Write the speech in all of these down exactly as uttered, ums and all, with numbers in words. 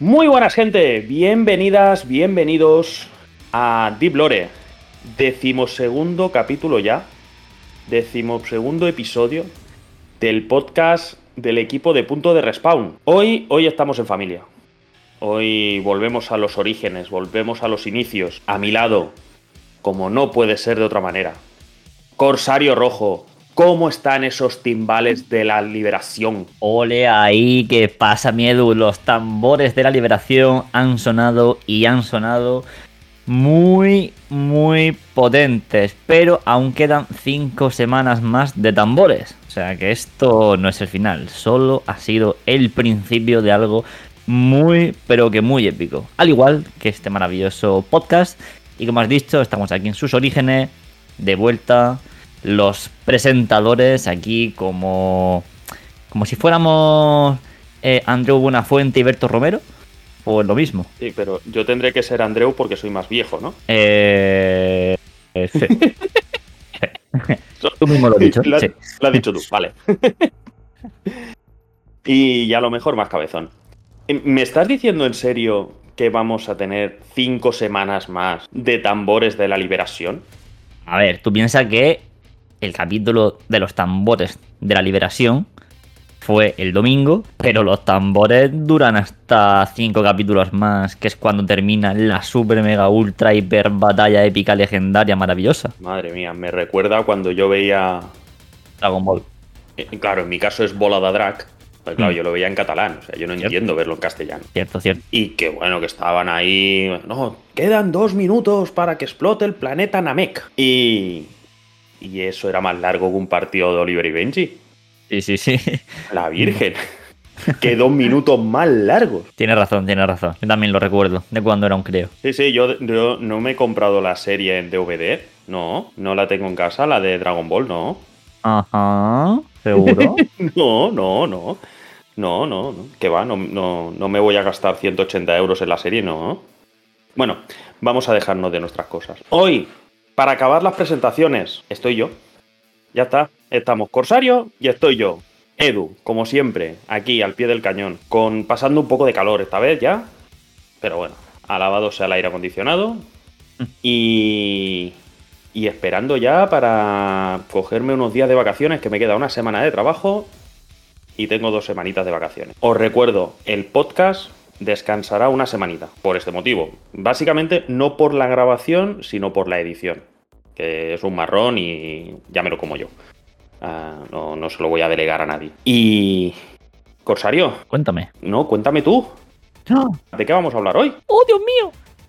Muy buenas, gente, bienvenidas, bienvenidos a Deep Lore, decimosegundo capítulo ya, decimosegundo episodio del podcast del equipo de Punto de Respawn. Hoy, hoy estamos en familia, hoy volvemos a los orígenes, volvemos a los inicios. A mi lado, como no puede ser de otra manera, Corsario Rojo. ¿Cómo están esos timbales de la liberación? Ole ahí, ¿qué pasa, mi Edu? Los tambores de la liberación han sonado y han sonado muy, muy potentes. Pero aún quedan cinco semanas más de tambores. O sea que esto no es el final, solo ha sido el principio de algo muy, pero que muy épico. Al igual que este maravilloso podcast. Y como has dicho, estamos aquí en sus orígenes, de vuelta. Los presentadores aquí como como si fuéramos eh, Andreu Buenafuente y Berto Romero, pues lo mismo. Sí, pero yo tendré que ser Andreu porque soy más viejo, ¿no? Eh... eh sí. Tú mismo lo has dicho. Lo, sí. lo has dicho tú, vale. Y ya a lo mejor más cabezón. ¿Me estás diciendo en serio que vamos a tener cinco semanas más de tambores de la liberación? A ver, tú piensas que el capítulo de los tambores de la liberación fue el domingo, pero los tambores duran hasta cinco capítulos más, que es cuando termina la super mega ultra hiper batalla épica legendaria maravillosa. Madre mía, me recuerda cuando yo veía Dragon Ball. Eh, claro, en mi caso es Bola de Drac. Pues claro, Mm. yo lo veía en catalán, o sea, yo no Cierto. entiendo verlo en castellano. Cierto, cierto. Y qué bueno que estaban ahí. No, quedan dos minutos para que explote el planeta Namek. Y. Y eso era más largo que un partido de Oliver y Benji. Sí, sí, sí. La Virgen. Que dos minutos más largos. Tienes razón, tienes razón. Yo también lo recuerdo, de cuando era un crío. Sí, sí, yo, yo no me he comprado la serie en D V D. No, no la tengo en casa, la de Dragon Ball, no. Ajá, ¿seguro? No, no, no. No, no, no. Que va, no, no, no me voy a gastar ciento ochenta euros en la serie, no. Bueno, vamos a dejarnos de nuestras cosas. Hoy, para acabar las presentaciones, estoy yo. Ya está. Estamos Corsario y estoy yo. Edu, como siempre, aquí al pie del cañón, con pasando un poco de calor esta vez ya. Pero bueno, alabado sea el aire acondicionado. Y... Y esperando ya para cogerme unos días de vacaciones, que me queda una semana de trabajo y tengo dos semanitas de vacaciones. Os recuerdo, el podcast descansará una semanita, por este motivo. Básicamente no por la grabación, sino por la edición, que es un marrón y ya me lo como yo. Uh, no, no se lo voy a delegar a nadie. Y... Corsario. Cuéntame. No, cuéntame tú. No. ¿De qué vamos a hablar hoy? ¡Oh, Dios mío!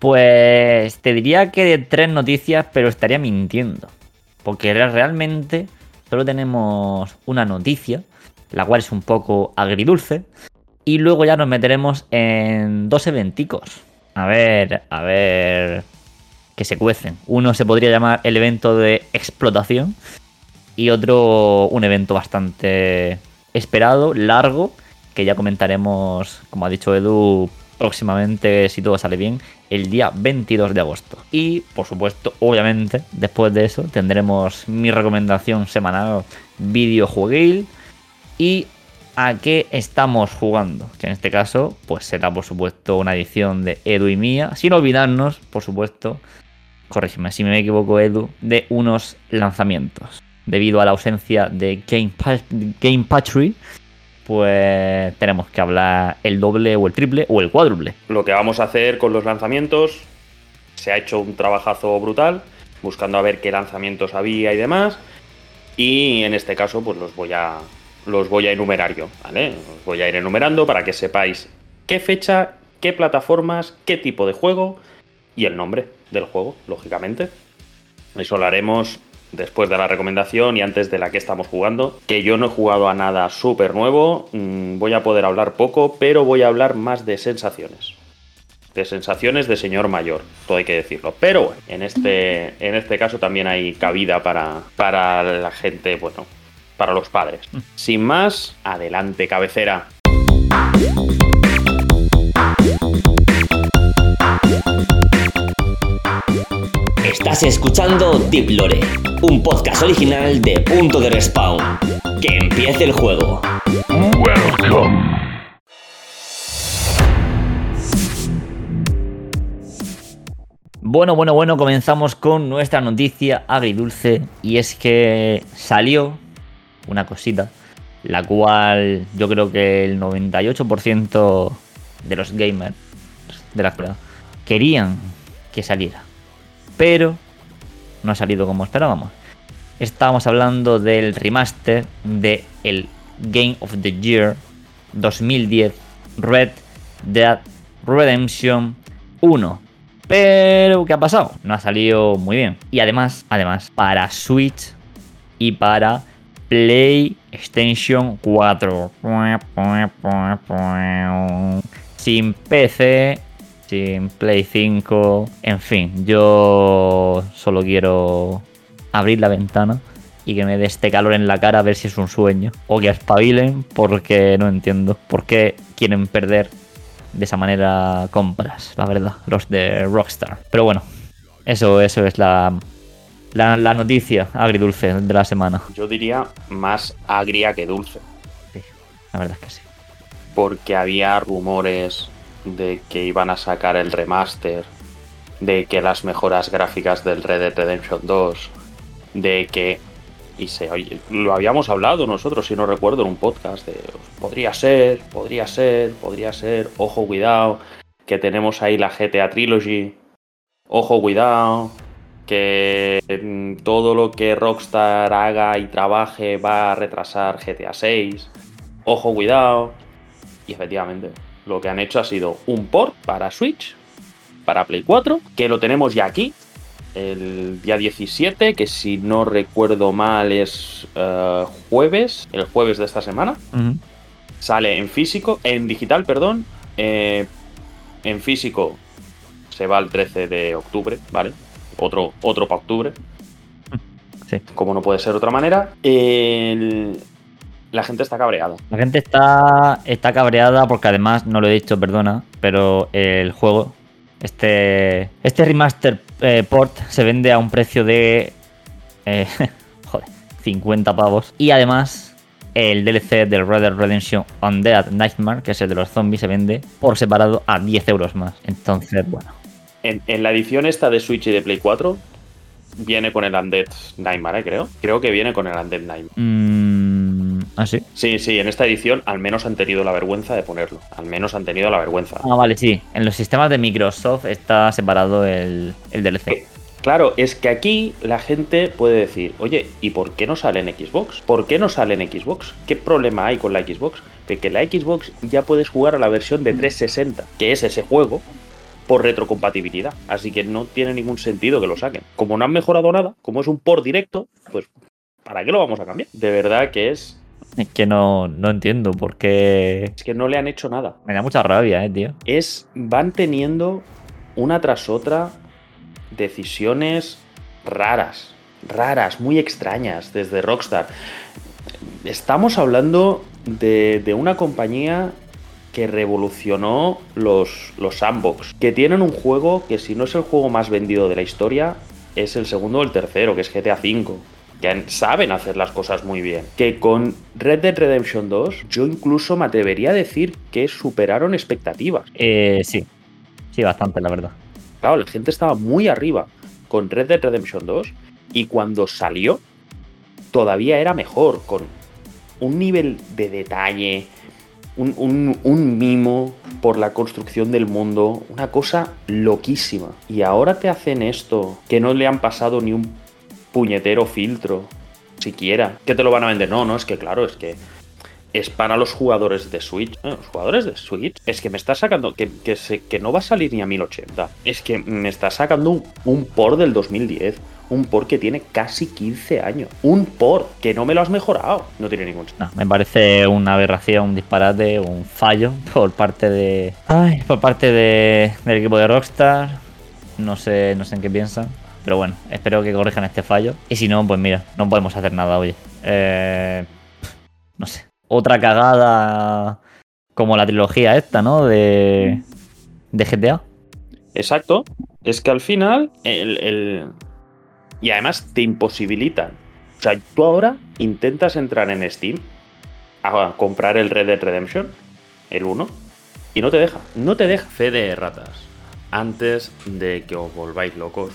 Pues te diría que de tres noticias, pero estaría mintiendo. Porque realmente solo tenemos una noticia, la cual es un poco agridulce. Y luego ya nos meteremos en dos eventicos. A ver, a ver... que se cuecen. Uno se podría llamar el evento de explotación. Y otro un evento bastante esperado, largo, que ya comentaremos, como ha dicho Edu, próximamente, si todo sale bien, el día veintidós de agosto. Y, por supuesto, obviamente, después de eso, tendremos mi recomendación semanal videojueguil y a qué estamos jugando. Que en este caso, pues será, por supuesto, una edición de Edu y mía, sin olvidarnos, por supuesto, corrígeme si me equivoco, Edu, de unos lanzamientos. Debido a la ausencia de Game, pa- Game Patchery, pues tenemos que hablar el doble o el triple o el cuádruple. Lo que vamos a hacer con los lanzamientos, se ha hecho un trabajazo brutal, buscando a ver qué lanzamientos había y demás, y en este caso pues los voy a, los voy a enumerar yo, ¿vale? Os voy a ir enumerando para que sepáis qué fecha, qué plataformas, qué tipo de juego y el nombre del juego, lógicamente. Eso lo haremos después de la recomendación y antes de la que estamos jugando, que yo no he jugado a nada súper nuevo, mmm, voy a poder hablar poco, pero voy a hablar más de sensaciones. De sensaciones de señor mayor, todo hay que decirlo. Pero bueno, en este, en este caso también hay cabida para, para la gente, bueno, para los padres. Sin más, adelante, cabecera. Estás escuchando Deep Lore, un podcast original de Punto de Respawn. Que empiece el juego. Welcome. Bueno, bueno, bueno, comenzamos con nuestra noticia agridulce y es que salió una cosita, la cual yo creo que el noventa y ocho por ciento de los gamers de la actualidad querían que saliera, pero no ha salido como esperábamos. Estábamos hablando del remaster de el Game of the Year dos mil diez, Red Dead Redemption uno. Pero, ¿qué ha pasado? No ha salido muy bien. Y además, además, para Switch y para PlayStation cuatro. Sin P C, sin Play cinco. En fin, yo solo quiero abrir la ventana y que me dé este calor en la cara a ver si es un sueño. O que espabilen, porque no entiendo por qué quieren perder de esa manera compras, la verdad, los de Rockstar. Pero bueno, eso, eso es la, la, la noticia agridulce de la semana. Yo diría más agria que dulce. Sí, la verdad es que sí. Porque había rumores de que iban a sacar el remaster, de que las mejoras gráficas del Red Dead Redemption dos, de que... Y se, oye, lo habíamos hablado nosotros, si no recuerdo, en un podcast de podría ser, podría ser, podría ser, ojo, cuidado, que tenemos ahí la G T A Trilogy, ojo, cuidado, que mm, todo lo que Rockstar haga y trabaje va a retrasar G T A seis, ojo, cuidado. Y efectivamente, lo que han hecho ha sido un port para Switch, para Play cuatro, que lo tenemos ya aquí, el día diecisiete, que si no recuerdo mal es uh, jueves, el jueves de esta semana. Uh-huh. Sale en físico, en digital, perdón. Eh, en físico se va el trece de octubre, ¿vale? Otro, otro para octubre. Sí. Como no puede ser de otra manera. El... La gente está cabreada. La gente está, está cabreada porque además, no lo he dicho, perdona, pero el juego... Este, este remaster eh, port se vende a un precio de eh, joder, cincuenta pavos. Y además el D L C del Red Dead Redemption Undead Nightmare, que es el de los zombies, se vende por separado a diez euros más. Entonces, bueno. En, en la edición esta de Switch y de Play cuatro viene con el Undead Nightmare, ¿eh? creo. Creo que viene con el Undead Nightmare. Mm, ¿Ah, sí? Sí, sí, en esta edición al menos han tenido la vergüenza de ponerlo. Al menos han tenido la vergüenza. Ah, vale, sí. En los sistemas de Microsoft está separado el, el D L C. Eh, claro, es que aquí la gente puede decir, oye, ¿y por qué no sale en Xbox? ¿Por qué no sale en Xbox? ¿Qué problema hay con la Xbox? De que la Xbox ya puedes jugar a la versión de trescientos sesenta, que es ese juego, por retrocompatibilidad. Así que no tiene ningún sentido que lo saquen. Como no han mejorado nada, como es un port directo, pues ¿para qué lo vamos a cambiar? De verdad que es... Es que no, no entiendo por qué... Es que no le han hecho nada. Me da mucha rabia, eh, tío. Es... Van teniendo una tras otra decisiones raras. Raras, muy extrañas desde Rockstar. Estamos hablando de, de una compañía que revolucionó los, los sandbox. Que tienen un juego que si no es el juego más vendido de la historia, es el segundo o el tercero, que es G T A cinco. Que saben hacer las cosas muy bien. Que con Red Dead Redemption dos yo incluso me atrevería a decir que superaron expectativas. Eh, sí, sí, bastante, la verdad. Claro, la gente estaba muy arriba con Red Dead Redemption dos y cuando salió todavía era mejor, con un nivel de detalle, un, un, un mimo por la construcción del mundo, una cosa loquísima. Y ahora te hacen esto, que no le han pasado ni un puñetero filtro, siquiera. ¿Qué te lo van a vender? No, no, es que claro, es que es para los jugadores de Switch. ¿Eh? Los jugadores de Switch, es que me está sacando, que, que, se, que no va a salir ni a mil ochenta. Es que me está sacando un, un port del dos mil diez. Un port que tiene casi quince años. Un port que no me lo has mejorado. No tiene ningún sentido. No, me parece una aberración, un disparate, un fallo por parte de... Ay, por parte de, del equipo de Rockstar. No sé, no sé en qué piensan. Pero bueno, espero que corrijan este fallo. Y si no, pues mira, no podemos hacer nada, oye. Eh, no sé. Otra cagada como la trilogía esta, ¿no? De, de G T A. Exacto. Es que al final, el, el... y además te imposibilitan. O sea, tú ahora intentas entrar en Steam a comprar el Red Dead Redemption, el uno, y no te deja. No te deja. Fe de ratas. antes de que os volváis locos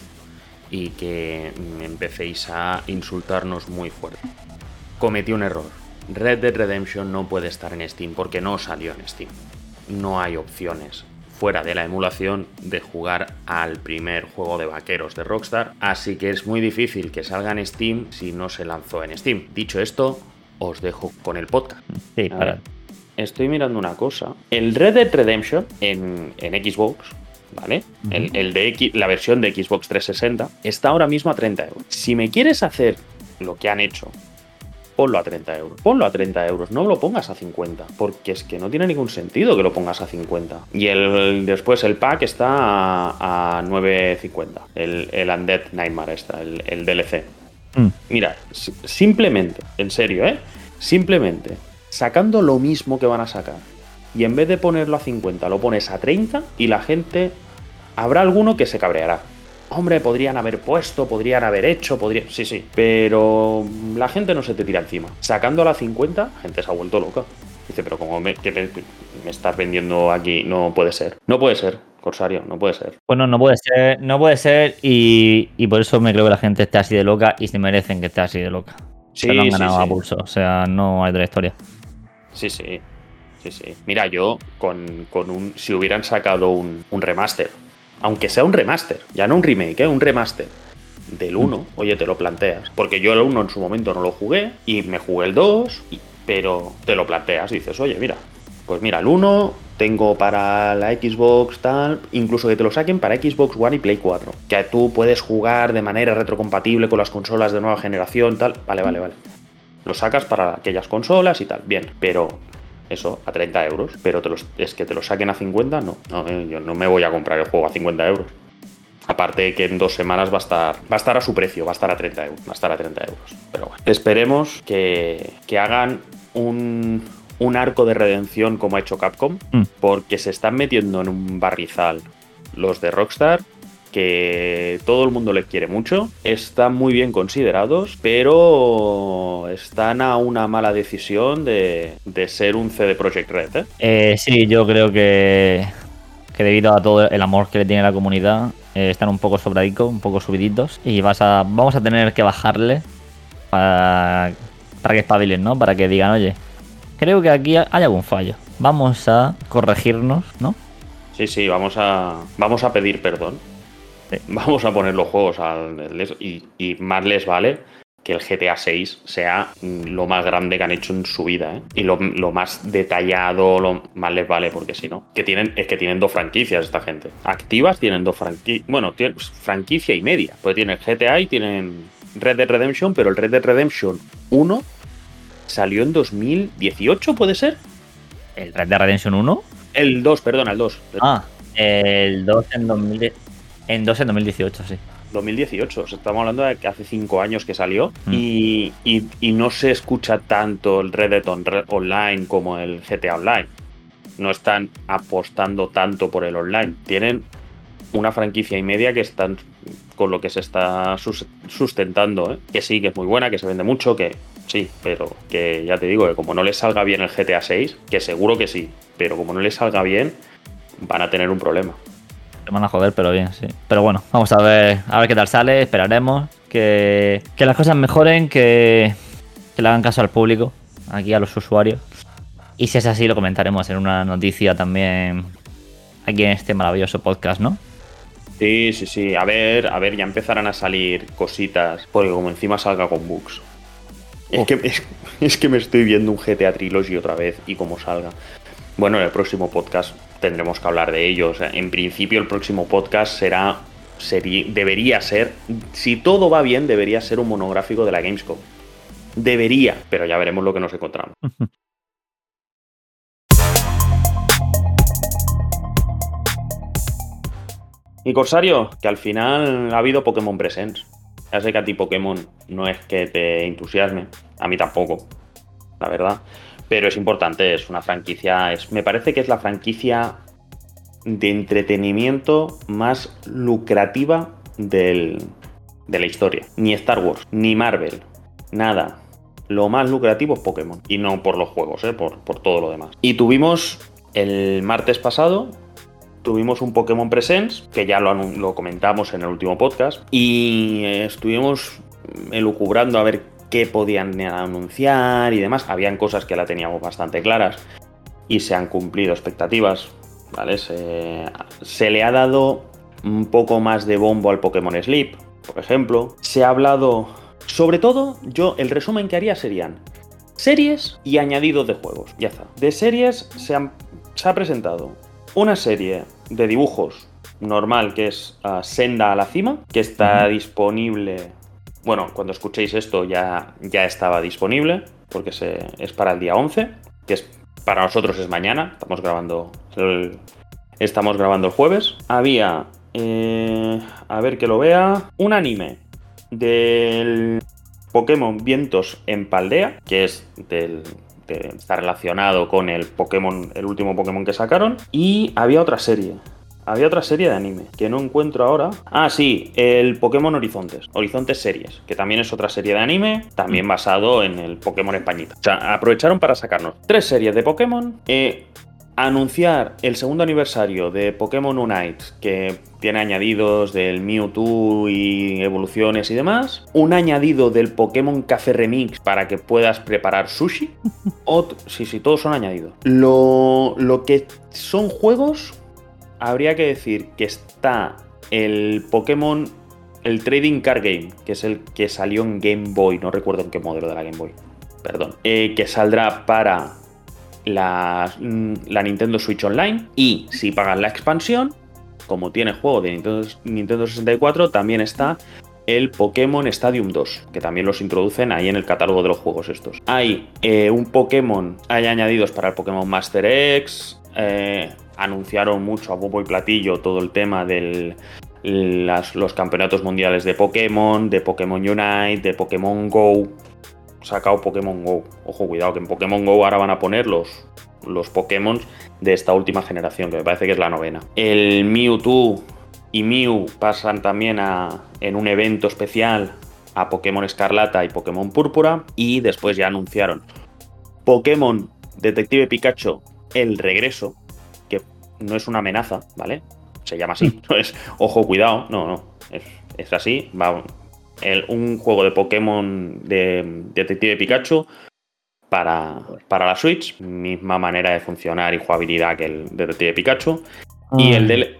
y que empecéis a insultarnos muy fuerte. Cometí un error. Red Dead Redemption no puede estar en Steam porque no salió en Steam. No hay opciones fuera de la emulación de jugar al primer juego de vaqueros de Rockstar, así que es muy difícil que salga en Steam si no se lanzó en Steam. Dicho esto, os dejo con el podcast. Sí, A para. ver, estoy mirando una cosa. El Red Dead Redemption en, en Xbox, ¿vale? Uh-huh. El, el de X, la versión de Xbox trescientos sesenta está ahora mismo a treinta euros. Si me quieres hacer lo que han hecho, ponlo a treinta euros. Ponlo a treinta euros, no lo pongas a cincuenta, porque es que no tiene ningún sentido que lo pongas a cincuenta. Y el, después el pack está a, a nueve cincuenta. El, el Undead Nightmare está, el, el D L C. Mm. Mira, simplemente, en serio, ¿eh? Simplemente, sacando lo mismo que van a sacar, y en vez de ponerlo a cincuenta, lo pones a treinta, y la gente, habrá alguno que se cabreará. Hombre, podrían haber puesto, podrían haber hecho, podría... Sí, sí, pero la gente no se te tira encima. Sacándola a cincuenta, la gente se ha vuelto loca. Dice, pero como me, que me, me estás vendiendo aquí, no puede ser. No puede ser, Corsario, no puede ser. Bueno, no puede ser, no puede ser y, y por eso me creo que la gente esté así de loca y se merecen que esté así de loca. Sí, se lo han sí, ganado sí. a pulso, o sea, no hay otra historia. Sí, sí, sí, sí. Mira, yo con, con un... Si hubieran sacado un, un remaster, aunque sea un remaster, ya no un remake, ¿eh? Un remaster del uno, mm. oye, te lo planteas. Porque yo el uno en su momento no lo jugué y me jugué el dos, y, pero te lo planteas y dices, oye, mira, pues mira, el uno tengo para la Xbox tal, incluso que te lo saquen para Xbox One y Play cuatro, que tú puedes jugar de manera retrocompatible con las consolas de nueva generación, tal, vale, vale, vale. Lo sacas para aquellas consolas y tal, bien, pero... Eso, a treinta euros, pero te los, es que te lo saquen a cincuenta, no, no, yo no me voy a comprar el juego a cincuenta euros. Aparte de que en dos semanas va a estar va a estar a su precio, va a estar a treinta euros, va a estar a treinta euros. Pero bueno, esperemos que, que hagan un, un arco de redención como ha hecho Capcom, mm. porque se están metiendo en un barrizal los de Rockstar, que todo el mundo les quiere mucho, están muy bien considerados, pero están a una mala decisión de, de ser un C D Projekt Red, ¿eh? Eh, sí, yo creo que, que debido a todo el amor que le tiene la comunidad, eh, están un poco sobradicos, un poco subiditos, y vas a, vamos a tener que bajarle para, para que espabilen, ¿no? Para que digan, oye, creo que aquí hay algún fallo, vamos a corregirnos, ¿no? Sí, sí, vamos a, vamos a pedir perdón. Vamos a poner los juegos al, y, y más les vale que el G T A seis sea lo más grande que han hecho en su vida, ¿eh? Y lo, lo más detallado, lo más les vale, porque si no, que tienen, es que tienen dos franquicias esta gente. Activas tienen dos franquicias, bueno, tienen franquicia y media, pues tienen G T A y tienen Red Dead Redemption, pero el Red Dead Redemption uno salió en dos mil dieciocho, ¿puede ser? ¿El Red Dead Redemption uno? El dos, perdona, el dos. Ah, el dos en dos mil diez. En dos en dos mil dieciocho, sí. dos mil dieciocho, o sea, estamos hablando de que hace cinco años que salió mm. y, y, y no se escucha tanto el Red Dead Online como el G T A Online. No están apostando tanto por el online. Tienen una franquicia y media que están con lo que se está sustentando, ¿eh? Que sí, que es muy buena, que se vende mucho, que sí, pero que ya te digo que como no les salga bien el G T A seis, que seguro que sí, pero como no les salga bien, van a tener un problema. Se van a joder, pero bien, sí. Pero bueno, vamos a ver a ver qué tal sale. Esperaremos que, que las cosas mejoren, que, que le hagan caso al público, aquí a los usuarios. Y si es así, lo comentaremos en una noticia también aquí en este maravilloso podcast, ¿no? Sí, sí, sí. A ver, a ver, ya empezarán a salir cositas, porque como encima salga con bugs. Es que, es, es que me estoy viendo un G T A Trilogy otra vez y como salga. Bueno, en el próximo podcast tendremos que hablar de ello. O sea, en principio el próximo podcast será, sería, debería ser, si todo va bien, debería ser un monográfico de la Gamescom. Debería, pero ya veremos lo que nos encontramos. Y Corsario, que al final ha habido Pokémon Presents. Ya sé que a ti Pokémon no es que te entusiasme, a mí tampoco, la verdad. Pero es importante, es una franquicia, es, me parece que es la franquicia de entretenimiento más lucrativa del, de la historia. Ni Star Wars, ni Marvel, nada. Lo más lucrativo es Pokémon. Y no por los juegos, ¿eh? por, por todo lo demás. Y tuvimos el martes pasado tuvimos un Pokémon Presents, que ya lo, lo comentamos en el último podcast, y eh, estuvimos elucubrando a ver qué podían anunciar y demás. Habían cosas que la teníamos bastante claras y se han cumplido expectativas, ¿vale? Se, se le ha dado un poco más de bombo al Pokémon Sleep, por ejemplo. Se ha hablado... Sobre todo, yo el resumen que haría serían series y añadidos de juegos. Ya está. De series se, han, se ha presentado una serie de dibujos normal que es uh, Senda a la Cima, que está uh-huh. disponible... Bueno, cuando escuchéis esto ya, ya estaba disponible, porque se, es para el día once, que es, para nosotros es mañana. Estamos grabando el, estamos grabando el jueves. Había, eh, a ver que lo vea, un anime del Pokémon Vientos en Paldea, que es del, de, está relacionado con el Pokémon, el último Pokémon que sacaron. Y había otra serie. Había otra serie de anime que no encuentro ahora. Ah, sí, el Pokémon Horizontes. Horizontes Series, que también es otra serie de anime, también basado en el Pokémon Españita. O sea, aprovecharon para sacarnos tres series de Pokémon, eh, anunciar el segundo aniversario de Pokémon Unite, que tiene añadidos del Mewtwo y evoluciones y demás. Un añadido del Pokémon Café Remix para que puedas preparar sushi. Ot- sí, sí, todos son añadidos. Lo, lo que son juegos... Habría que decir que está el Pokémon, el Trading Card Game, que es el que salió en Game Boy, no recuerdo en qué modelo de la Game Boy, perdón, eh, que saldrá para la, la Nintendo Switch Online, y si pagas la expansión, como tiene juego de Nintendo, Nintendo sesenta y cuatro, también está el Pokémon Stadium dos, que también los introducen ahí en el catálogo de los juegos estos. Hay eh, un Pokémon, hay añadidos para el Pokémon Master X, eh... anunciaron mucho a bombo y platillo todo el tema de los campeonatos mundiales de Pokémon, de Pokémon Unite, de Pokémon Go. Sacado Pokémon Go. Ojo, cuidado, que en Pokémon Go ahora van a poner los, los Pokémon de esta última generación, que me parece que es la novena. El Mewtwo y Mew pasan también a, en un evento especial a Pokémon Escarlata y Pokémon Púrpura. Y después ya anunciaron Pokémon Detective Pikachu, el regreso, que no es una amenaza, ¿vale? Se llama así, no es, ojo, cuidado, no, no, es, es así, va, el, un juego de Pokémon de Detective Pikachu para, para la Switch, misma manera de funcionar y jugabilidad que el Detective Pikachu. Ay. Y el del...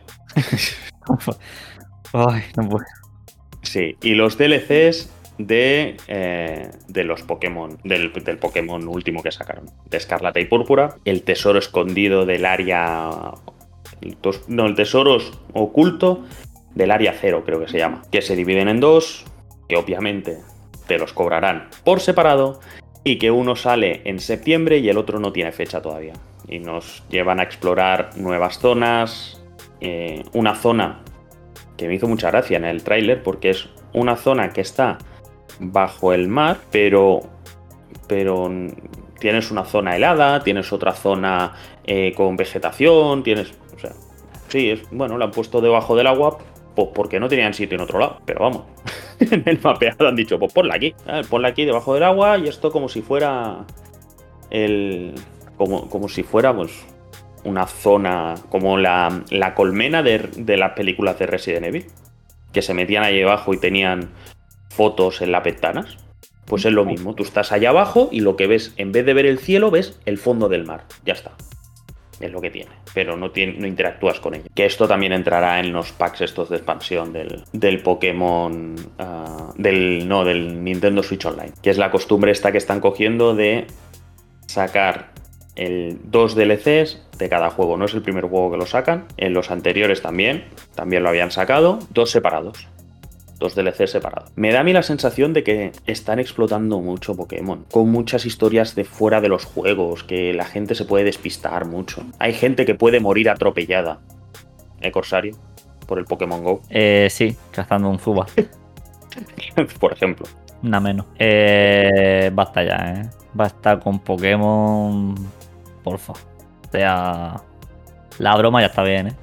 Ay, no puedo. Sí, y los D L Cs de, eh, de los Pokémon, del, del Pokémon último que sacaron, de Escarlata y Púrpura, el tesoro escondido del área... El tos, no, el tesoro oculto del área cero, creo que se llama, que se dividen en dos, que obviamente te los cobrarán por separado, y que uno sale en septiembre y el otro no tiene fecha todavía. Y nos llevan a explorar nuevas zonas, eh, una zona que me hizo mucha gracia en el tráiler, porque es una zona que está bajo el mar, pero, pero tienes una zona helada, tienes otra zona eh, con vegetación, tienes... O sea, sí, es, bueno, la han puesto debajo del agua pues porque no tenían sitio en otro lado, pero vamos, en el mapeado han dicho, pues ponla aquí, ¿eh? Ponla aquí debajo del agua, y esto como si fuera el... como, como si fuera, pues, una zona como la, la colmena de, de las películas de Resident Evil, que se metían ahí abajo y tenían fotos en las ventanas. Pues es lo mismo, tú estás allá abajo y lo que ves, en vez de ver el cielo, ves el fondo del mar. Ya está. Es lo que tiene, pero no, tiene, no interactúas con ello. Que esto también entrará en los packs estos de expansión del, del Pokémon, uh, del no, del Nintendo Switch Online. Que es la costumbre esta que están cogiendo de sacar el dos D L Cs de cada juego. No es el primer juego que lo sacan, en los anteriores también, también lo habían sacado, dos separados. Dos D L Cs separados. Me da a mí la sensación de que están explotando mucho Pokémon, con muchas historias de fuera de los juegos, que la gente se puede despistar mucho. Hay gente que puede morir atropellada, ¿eh, Corsario? Por el Pokémon Go. Eh, sí, cazando un Zubat. Por ejemplo. Una menos. Eh, basta ya, ¿eh? Basta con Pokémon, porfa. O sea, la broma ya está bien, ¿eh?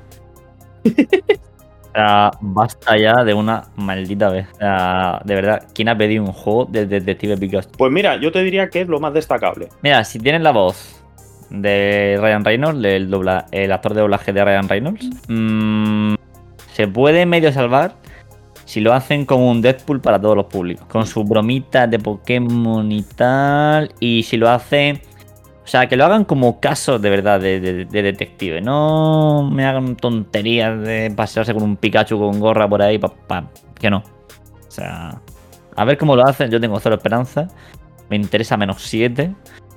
O sea, basta ya de una maldita vez. O sea, de verdad, ¿quién ha pedido un juego del Detective Pikachu? Pues mira, yo te diría que es lo más destacable. Mira, si tienes la voz de Ryan Reynolds, el, dobla, el actor de doblaje de Ryan Reynolds, mmm, se puede medio salvar si lo hacen como un Deadpool para todos los públicos, con sus bromitas de Pokémon y tal, y si lo hacen... O sea, que lo hagan como casos de verdad de, de, de detective. No me hagan tonterías de pasearse con un Pikachu con gorra por ahí. Pa, pa, que no. O sea, a ver cómo lo hacen. Yo tengo cero esperanza. Me interesa menos siete.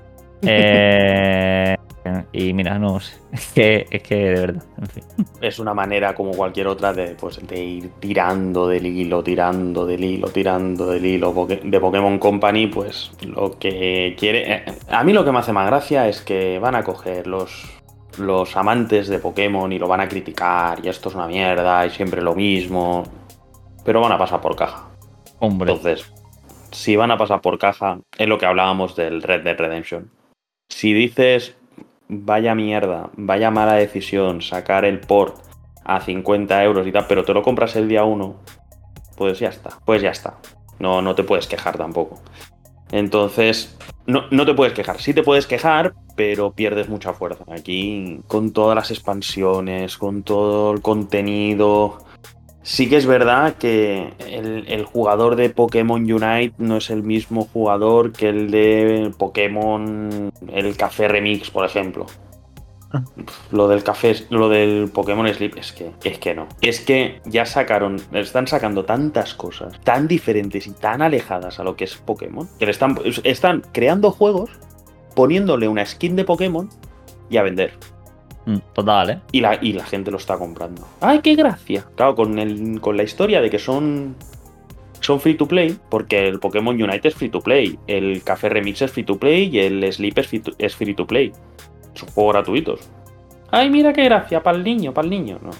Eh, y mira, no sé. Es que, es que de verdad. En fin. Es una manera como cualquier otra de, pues, de ir tirando del hilo, tirando del hilo, tirando del hilo de Pokémon Company, pues lo que quiere... A mí lo que me hace más gracia es que van a coger los, los amantes de Pokémon y lo van a criticar y esto es una mierda y siempre lo mismo, pero van a pasar por caja. Hombre. Entonces, si van a pasar por caja, es lo que hablábamos del Red Dead Redemption. Si dices... Vaya mierda, vaya mala decisión sacar el port a cincuenta euros y tal, pero te lo compras el día uno, pues ya está, pues ya está. No, no te puedes quejar tampoco. Entonces, no, no te puedes quejar. Sí te puedes quejar, pero pierdes mucha fuerza. Aquí, con todas las expansiones, con todo el contenido... Sí que es verdad que el, el jugador de Pokémon Unite no es el mismo jugador que el de Pokémon, el Café Remix, por ejemplo. Ah. Lo del café, lo del Pokémon Sleep, es que, es que no. Es que ya sacaron, están sacando tantas cosas tan diferentes y tan alejadas a lo que es Pokémon, que le están, están creando juegos, poniéndole una skin de Pokémon y a vender. Total, ¿eh? Y la, y la gente lo está comprando. ¡Ay, qué gracia! Claro, con, el, con la historia de que son, son free to play, porque el Pokémon Unite es free to play, el Café Remix es free to play y el Sleep es free to, es free to play. Son juegos gratuitos. ¡Ay, mira qué gracia! Para el niño, para el niño. No.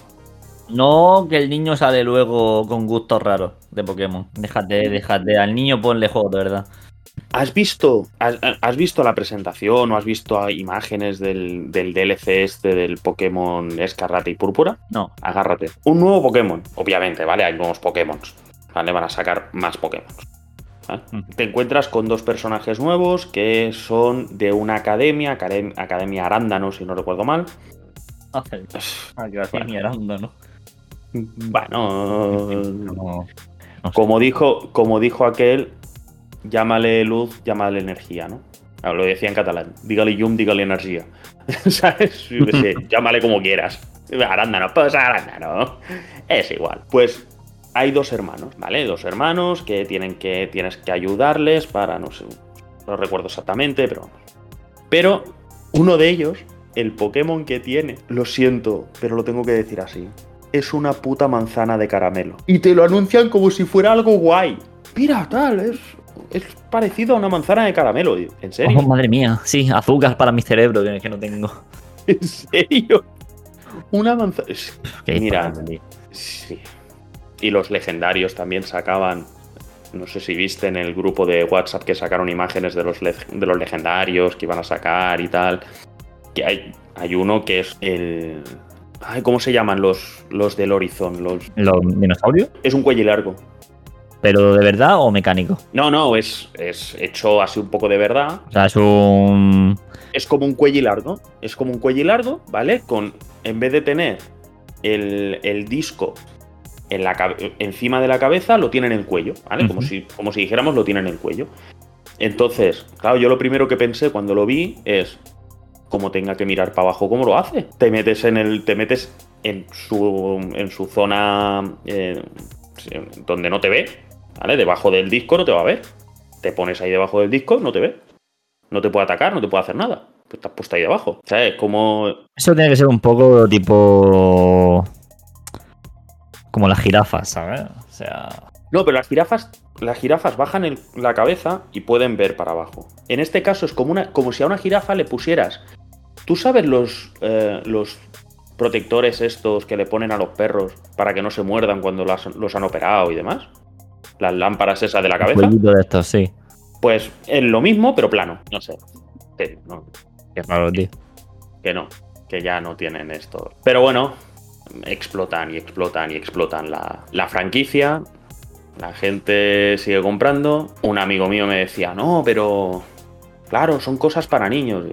No, que el niño sale luego con gustos raros de Pokémon. Déjate, déjate. Al niño ponle juegos, de verdad. ¿Has visto, has, has visto la presentación o has visto imágenes del, del D L C este del Pokémon Escarlata y Púrpura? No. Agárrate. Un nuevo Pokémon. Obviamente, ¿vale? Hay nuevos Pokémon. ¿Vale? Van a sacar más Pokémon. ¿Vale? Mm. Te encuentras con dos personajes nuevos que son de una academia, academia, academia Arándano, si no recuerdo mal. Ah, Academia Arándano. Bueno, no, no sé. como, dijo, como dijo aquel... Llámale luz, llámale energía, ¿no? Claro, lo decía en catalán. Dígale llum, dígale energía. ¿Sabes? Yo qué sé, llámale como quieras. Arándano, pues arándano. Es igual. Pues hay dos hermanos, ¿vale? Dos hermanos que tienen que tienes que ayudarles para, no sé, no recuerdo exactamente, pero vamos. Pero uno de ellos, el Pokémon que tiene, lo siento, pero lo tengo que decir así, es una puta manzana de caramelo. Y te lo anuncian como si fuera algo guay. Mira, tal, es... Es parecido a una manzana de caramelo, ¿en serio? Oh, madre mía, sí, azúcar para mi cerebro que no tengo. ¿En serio? Una manzana... Mira, sí. Y los legendarios también sacaban... No sé si viste en el grupo de WhatsApp que sacaron imágenes de los, de los legendarios que iban a sacar y tal. Que hay, hay uno que es el... Ay, ¿cómo se llaman los, los del Horizon? ¿Los, ¿Los dinosaurios? Es un cuello largo. ¿Pero de verdad o mecánico? No, no, es, es hecho así un poco de verdad. O sea, es un... Es como un cuello largo. Es como un cuello largo, ¿vale? Con, en vez de tener el, el disco en la, encima de la cabeza, lo tienen en el cuello, ¿vale? Uh-huh. Como si, como si dijéramos, lo tienen en el cuello. Entonces, claro, yo lo primero que pensé cuando lo vi es... Como tenga que mirar para abajo, ¿cómo lo hace? Te metes en el... Te metes en su, en su zona... Eh, donde no te ve, ¿vale? Debajo del disco no te va a ver. Te pones ahí debajo del disco, no te ve. No te puede atacar, no te puede hacer nada. Pues estás puesto ahí debajo. ¿Sabes? Como... Eso tiene que ser un poco tipo... Como las jirafas, ¿sabes? O sea... No, pero las jirafas, las jirafas bajan el, la cabeza y pueden ver para abajo. En este caso es como, una, como si a una jirafa le pusieras... ¿Tú sabes los... Eh, los protectores estos que le ponen a los perros para que no se muerdan cuando los, los han operado y demás? Las lámparas esas de la cabeza. Un de estos, sí. Pues es lo mismo, pero plano. No sé. Sí, no. Qué raro, tío. Que no, que ya no tienen esto. Pero bueno, explotan y explotan y explotan la, la franquicia. La gente sigue comprando. Un amigo mío me decía, no, pero... Claro, son cosas para niños.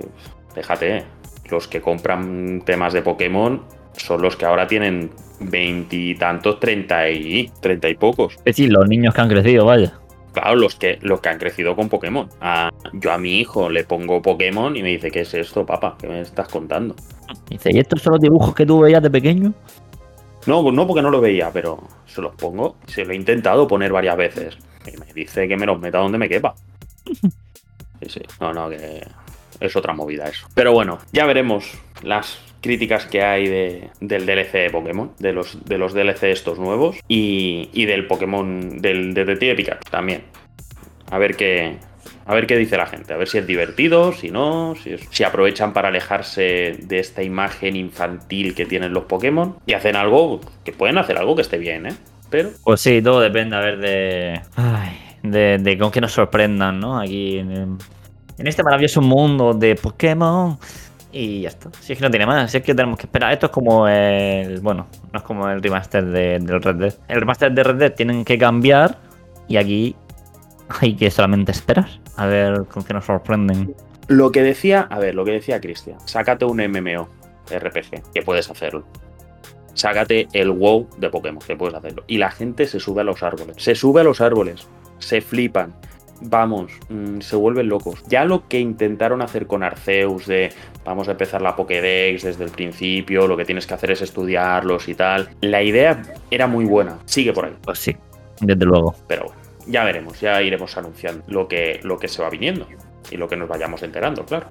Déjate, los que compran temas de Pokémon son los que ahora tienen veintitantos, treinta y treinta y pocos. Es decir, los niños que han crecido, vaya. Claro, los que, los que han crecido con Pokémon. A, yo a mi hijo le pongo Pokémon y me dice, ¿qué es esto, papá? ¿Qué me estás contando? Dice, ¿y estos son los dibujos que tú veías de pequeño? No, no porque no lo veía, pero se los pongo. Se lo he intentado poner varias veces. Y me dice que me los meta donde me quepa. Sí, sí. No, no, que es otra movida eso. Pero bueno, ya veremos las críticas que hay de, del D L C de Pokémon, de los, de los D L C estos nuevos y, y del Pokémon, del Detective Pikachu también. A ver qué, a ver qué dice la gente, a ver si es divertido, si no, si, es, si aprovechan para alejarse de esta imagen infantil que tienen los Pokémon y hacen algo, que pueden hacer algo que esté bien, ¿eh? Pero... Pues sí, todo depende, a ver, de... Ay, de, de con que nos sorprendan, ¿no? Aquí en, en este maravilloso mundo de Pokémon. Y ya está. Si es que no tiene más, si es que tenemos que esperar. Esto es como el... Bueno, no es como el remaster de, del Red Dead. El remaster de Red Dead tienen que cambiar y aquí hay que solamente esperar a ver con qué nos sorprenden. Lo que decía, a ver, lo que decía Cristian, sácate un M M O R P G, que puedes hacerlo. Sácate el WoW de Pokémon, que puedes hacerlo. Y la gente se sube a los árboles. Se sube a los árboles. Se flipan. Vamos, mmm, se vuelven locos. Ya lo que intentaron hacer con Arceus de vamos a empezar la Pokédex desde el principio, lo que tienes que hacer es estudiarlos y tal. La idea era muy buena. Sigue por ahí. Pues sí, desde luego. Pero bueno, ya veremos, ya iremos anunciando lo que, lo que se va viniendo y lo que nos vayamos enterando, claro.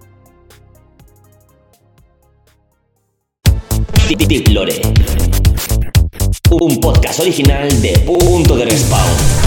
Diplore, un podcast original de Punto de Respawn.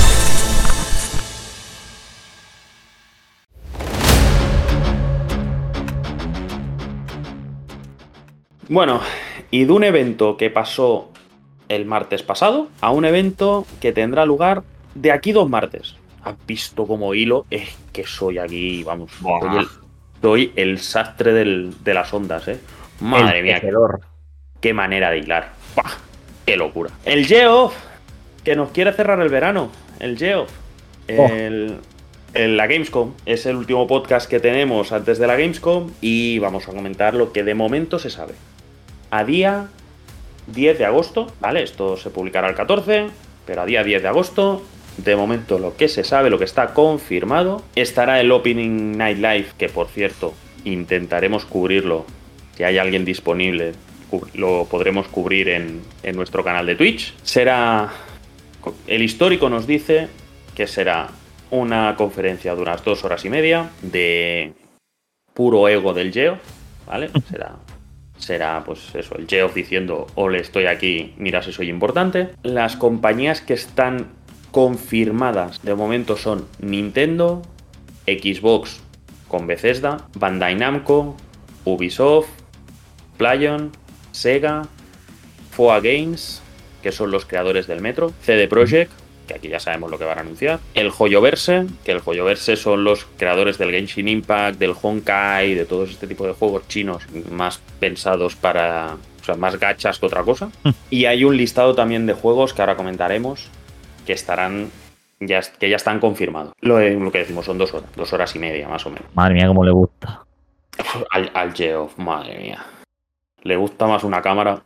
Bueno, y de un evento que pasó el martes pasado a un evento que tendrá lugar de aquí dos martes. ¿Has visto como hilo? Es que soy aquí, vamos, soy el, soy el sastre del, de las ondas, ¿eh? Madre mía, qué, qué manera de hilar. ¡Pah! ¡Qué locura! El Geoff, que nos quiere cerrar el verano. El Geoff. El... Oh. En la Gamescom, es el último podcast que tenemos antes de la Gamescom y vamos a comentar lo que de momento se sabe. A día diez de agosto, ¿vale? Esto se publicará el catorce, pero a día diez de agosto, de momento lo que se sabe, lo que está confirmado, estará el Opening Night Live, que por cierto, intentaremos cubrirlo, si hay alguien disponible, lo podremos cubrir en, en nuestro canal de Twitch. Será, el histórico nos dice que será una conferencia de unas dos horas y media de puro ego del Geoff, ¿vale? Será, será pues eso, el Geoff diciendo, ole, estoy aquí, mira si soy importante. Las compañías que están confirmadas de momento son Nintendo, Xbox con Bethesda, Bandai Namco, Ubisoft, Playon, Sega, F O A Games, que son los creadores del Metro, C D Projekt, que aquí ya sabemos lo que van a anunciar, el Hoyoverse, que el Hoyoverse son los creadores del Genshin Impact, del Honkai, de todo este tipo de juegos chinos más pensados para, o sea, más gachas que otra cosa. Mm. Y hay un listado también de juegos que ahora comentaremos que estarán, ya, que ya están confirmados. Lo, lo que decimos son dos horas, dos horas y media más o menos. Madre mía, cómo le gusta. Al, al Geoff, madre mía. Le gusta más una cámara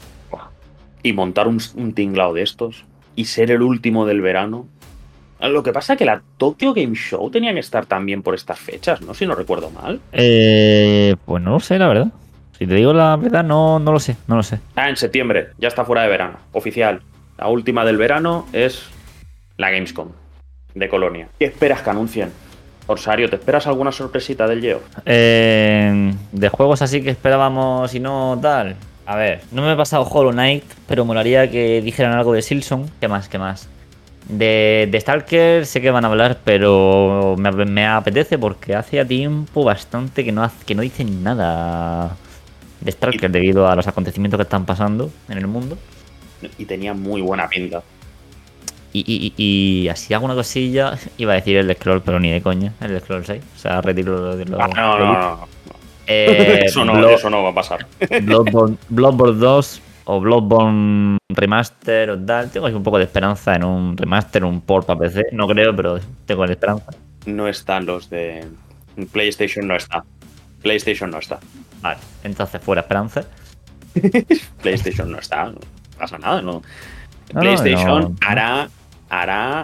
y montar un, un tinglao de estos. Y ser el último del verano. Lo que pasa es que la Tokyo Game Show tenía que estar también por estas fechas, ¿no? Si no recuerdo mal. Eh, pues no lo sé, la verdad. Si te digo la verdad, no, no lo sé, no lo sé. Ah, en septiembre. Ya está fuera de verano. Oficial. La última del verano es la Gamescom de Colonia. ¿Qué esperas que anuncien? Orsario, ¿te esperas alguna sorpresita del Geoff? Eh, de juegos así que esperábamos y no tal... A ver, no me he pasado Hollow Knight, pero molaría que dijeran algo de Silson. ¿Qué más? ¿Qué más? De, de Stalker sé que van a hablar, pero me, me apetece porque hace ya tiempo bastante que no, que no dicen nada de Stalker debido a los acontecimientos que están pasando en el mundo. Y tenía muy buena pinta. Y, y, y, y así alguna cosilla, iba a decir el Scroll, pero ni de coña, el Scroll seis. O sea, retiro de lo... Ah, no, no, no, no. Eh, eso, no, Blood, eso no va a pasar. Bloodborne, Bloodborne dos o Bloodborne Remaster o tal. Tengo un poco de esperanza en un remaster, un port para P C. No creo, pero tengo la esperanza. No están los de PlayStation, no está. PlayStation no está. Vale, entonces fuera Esperanza. PlayStation no está, no pasa nada, ¿no? No, PlayStation no, no. hará, hará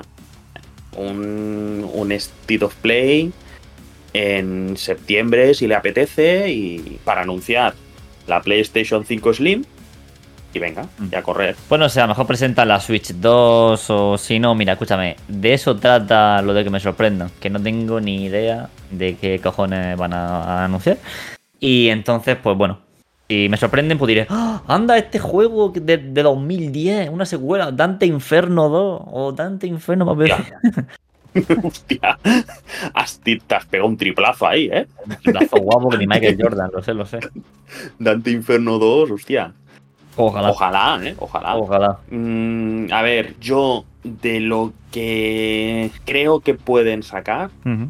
un, un State of Play en septiembre si le apetece y para anunciar la PlayStation cinco Slim y venga, ya a correr. Pues no sé, a lo mejor presentan la Switch dos o si no, mira, escúchame, de eso trata lo de que me sorprendan, que no tengo ni idea de qué cojones van a, a anunciar. Y entonces, pues bueno, si me sorprenden, pues diré, ¡ah! Anda, este juego de, de dos mil diez, una secuela, Dante Inferno dos o Dante Inferno más veces. Hostia, has, te has pegado un triplazo ahí, ¿eh? Un brazo guapo que ni Michael Jordan, lo sé, lo sé. Dante Inferno dos, hostia. Ojalá. Ojalá, ¿eh? Ojalá. Ojalá. Mm, a ver, yo de lo que creo que pueden sacar, Uh-huh.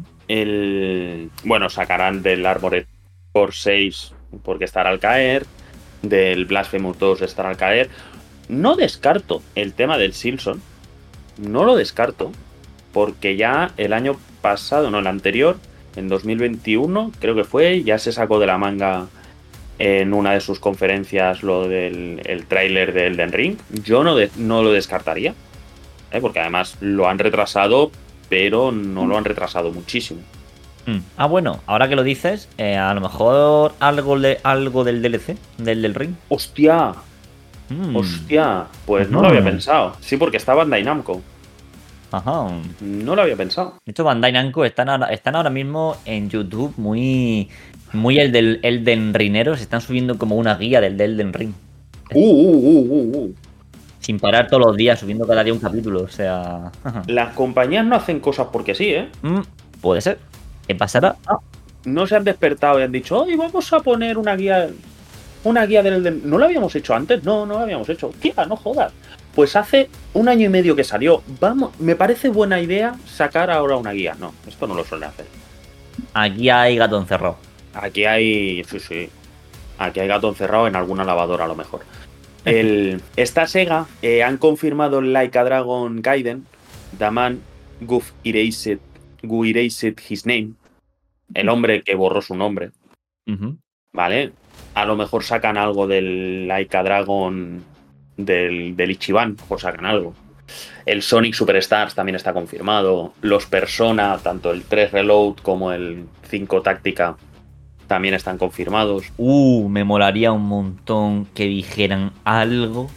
el bueno, sacarán del Armored Core seis porque estará al caer, del Blasphemous dos estará al caer. No descarto el tema del Silson, no lo descarto, porque ya el año pasado, no, el anterior, en dos mil veintiuno, creo que fue, ya se sacó de la manga en una de sus conferencias lo del el tráiler de Elden Ring. Yo no, de, no lo descartaría, ¿eh? Porque además lo han retrasado, pero no lo han retrasado muchísimo. Mm. Ah, bueno, ahora que lo dices, eh, a lo mejor algo, de, algo del D L C, del del Ring. ¡Hostia! Mm. ¡Hostia! Pues no Ajá. lo había pensado. Sí, porque está Bandai Namco. Ajá. No lo había pensado. De hecho, Bandai Namco están ahora, están ahora mismo en YouTube muy, muy el del Elden Ringero. Se están subiendo como una guía del Elden Ring. ¡Uh, uh, uh, uh, uh! Sin parar todos los días, subiendo cada día un capítulo. O sea. Las compañías no hacen cosas porque sí, ¿eh? Mm, puede ser. ¿Qué pasará? Ah, No se han despertado y han dicho, hoy vamos a poner una guía. Una guía del Elden. ¿No lo habíamos hecho antes? No, no lo habíamos hecho. Tía, no jodas. Pues hace un año y medio que salió. Vamos, me parece buena idea sacar ahora una guía. No, esto no lo suelen hacer. aquí hay gato encerrado. Aquí hay. Sí, sí. Aquí hay gato encerrado en alguna lavadora a lo mejor. El, esta Sega eh, han confirmado el Like a Dragon Gaiden. The man who erased, who erased his name. El hombre que borró su nombre. Uh-huh. ¿Vale? A lo mejor sacan algo del Like a Dragon del, del Ichiban, o sacan algo. El Sonic Superstars también está confirmado. Los Persona, tanto el tres Reload como el cinco Táctica, también están confirmados. Uh, me molaría un montón que dijeran algo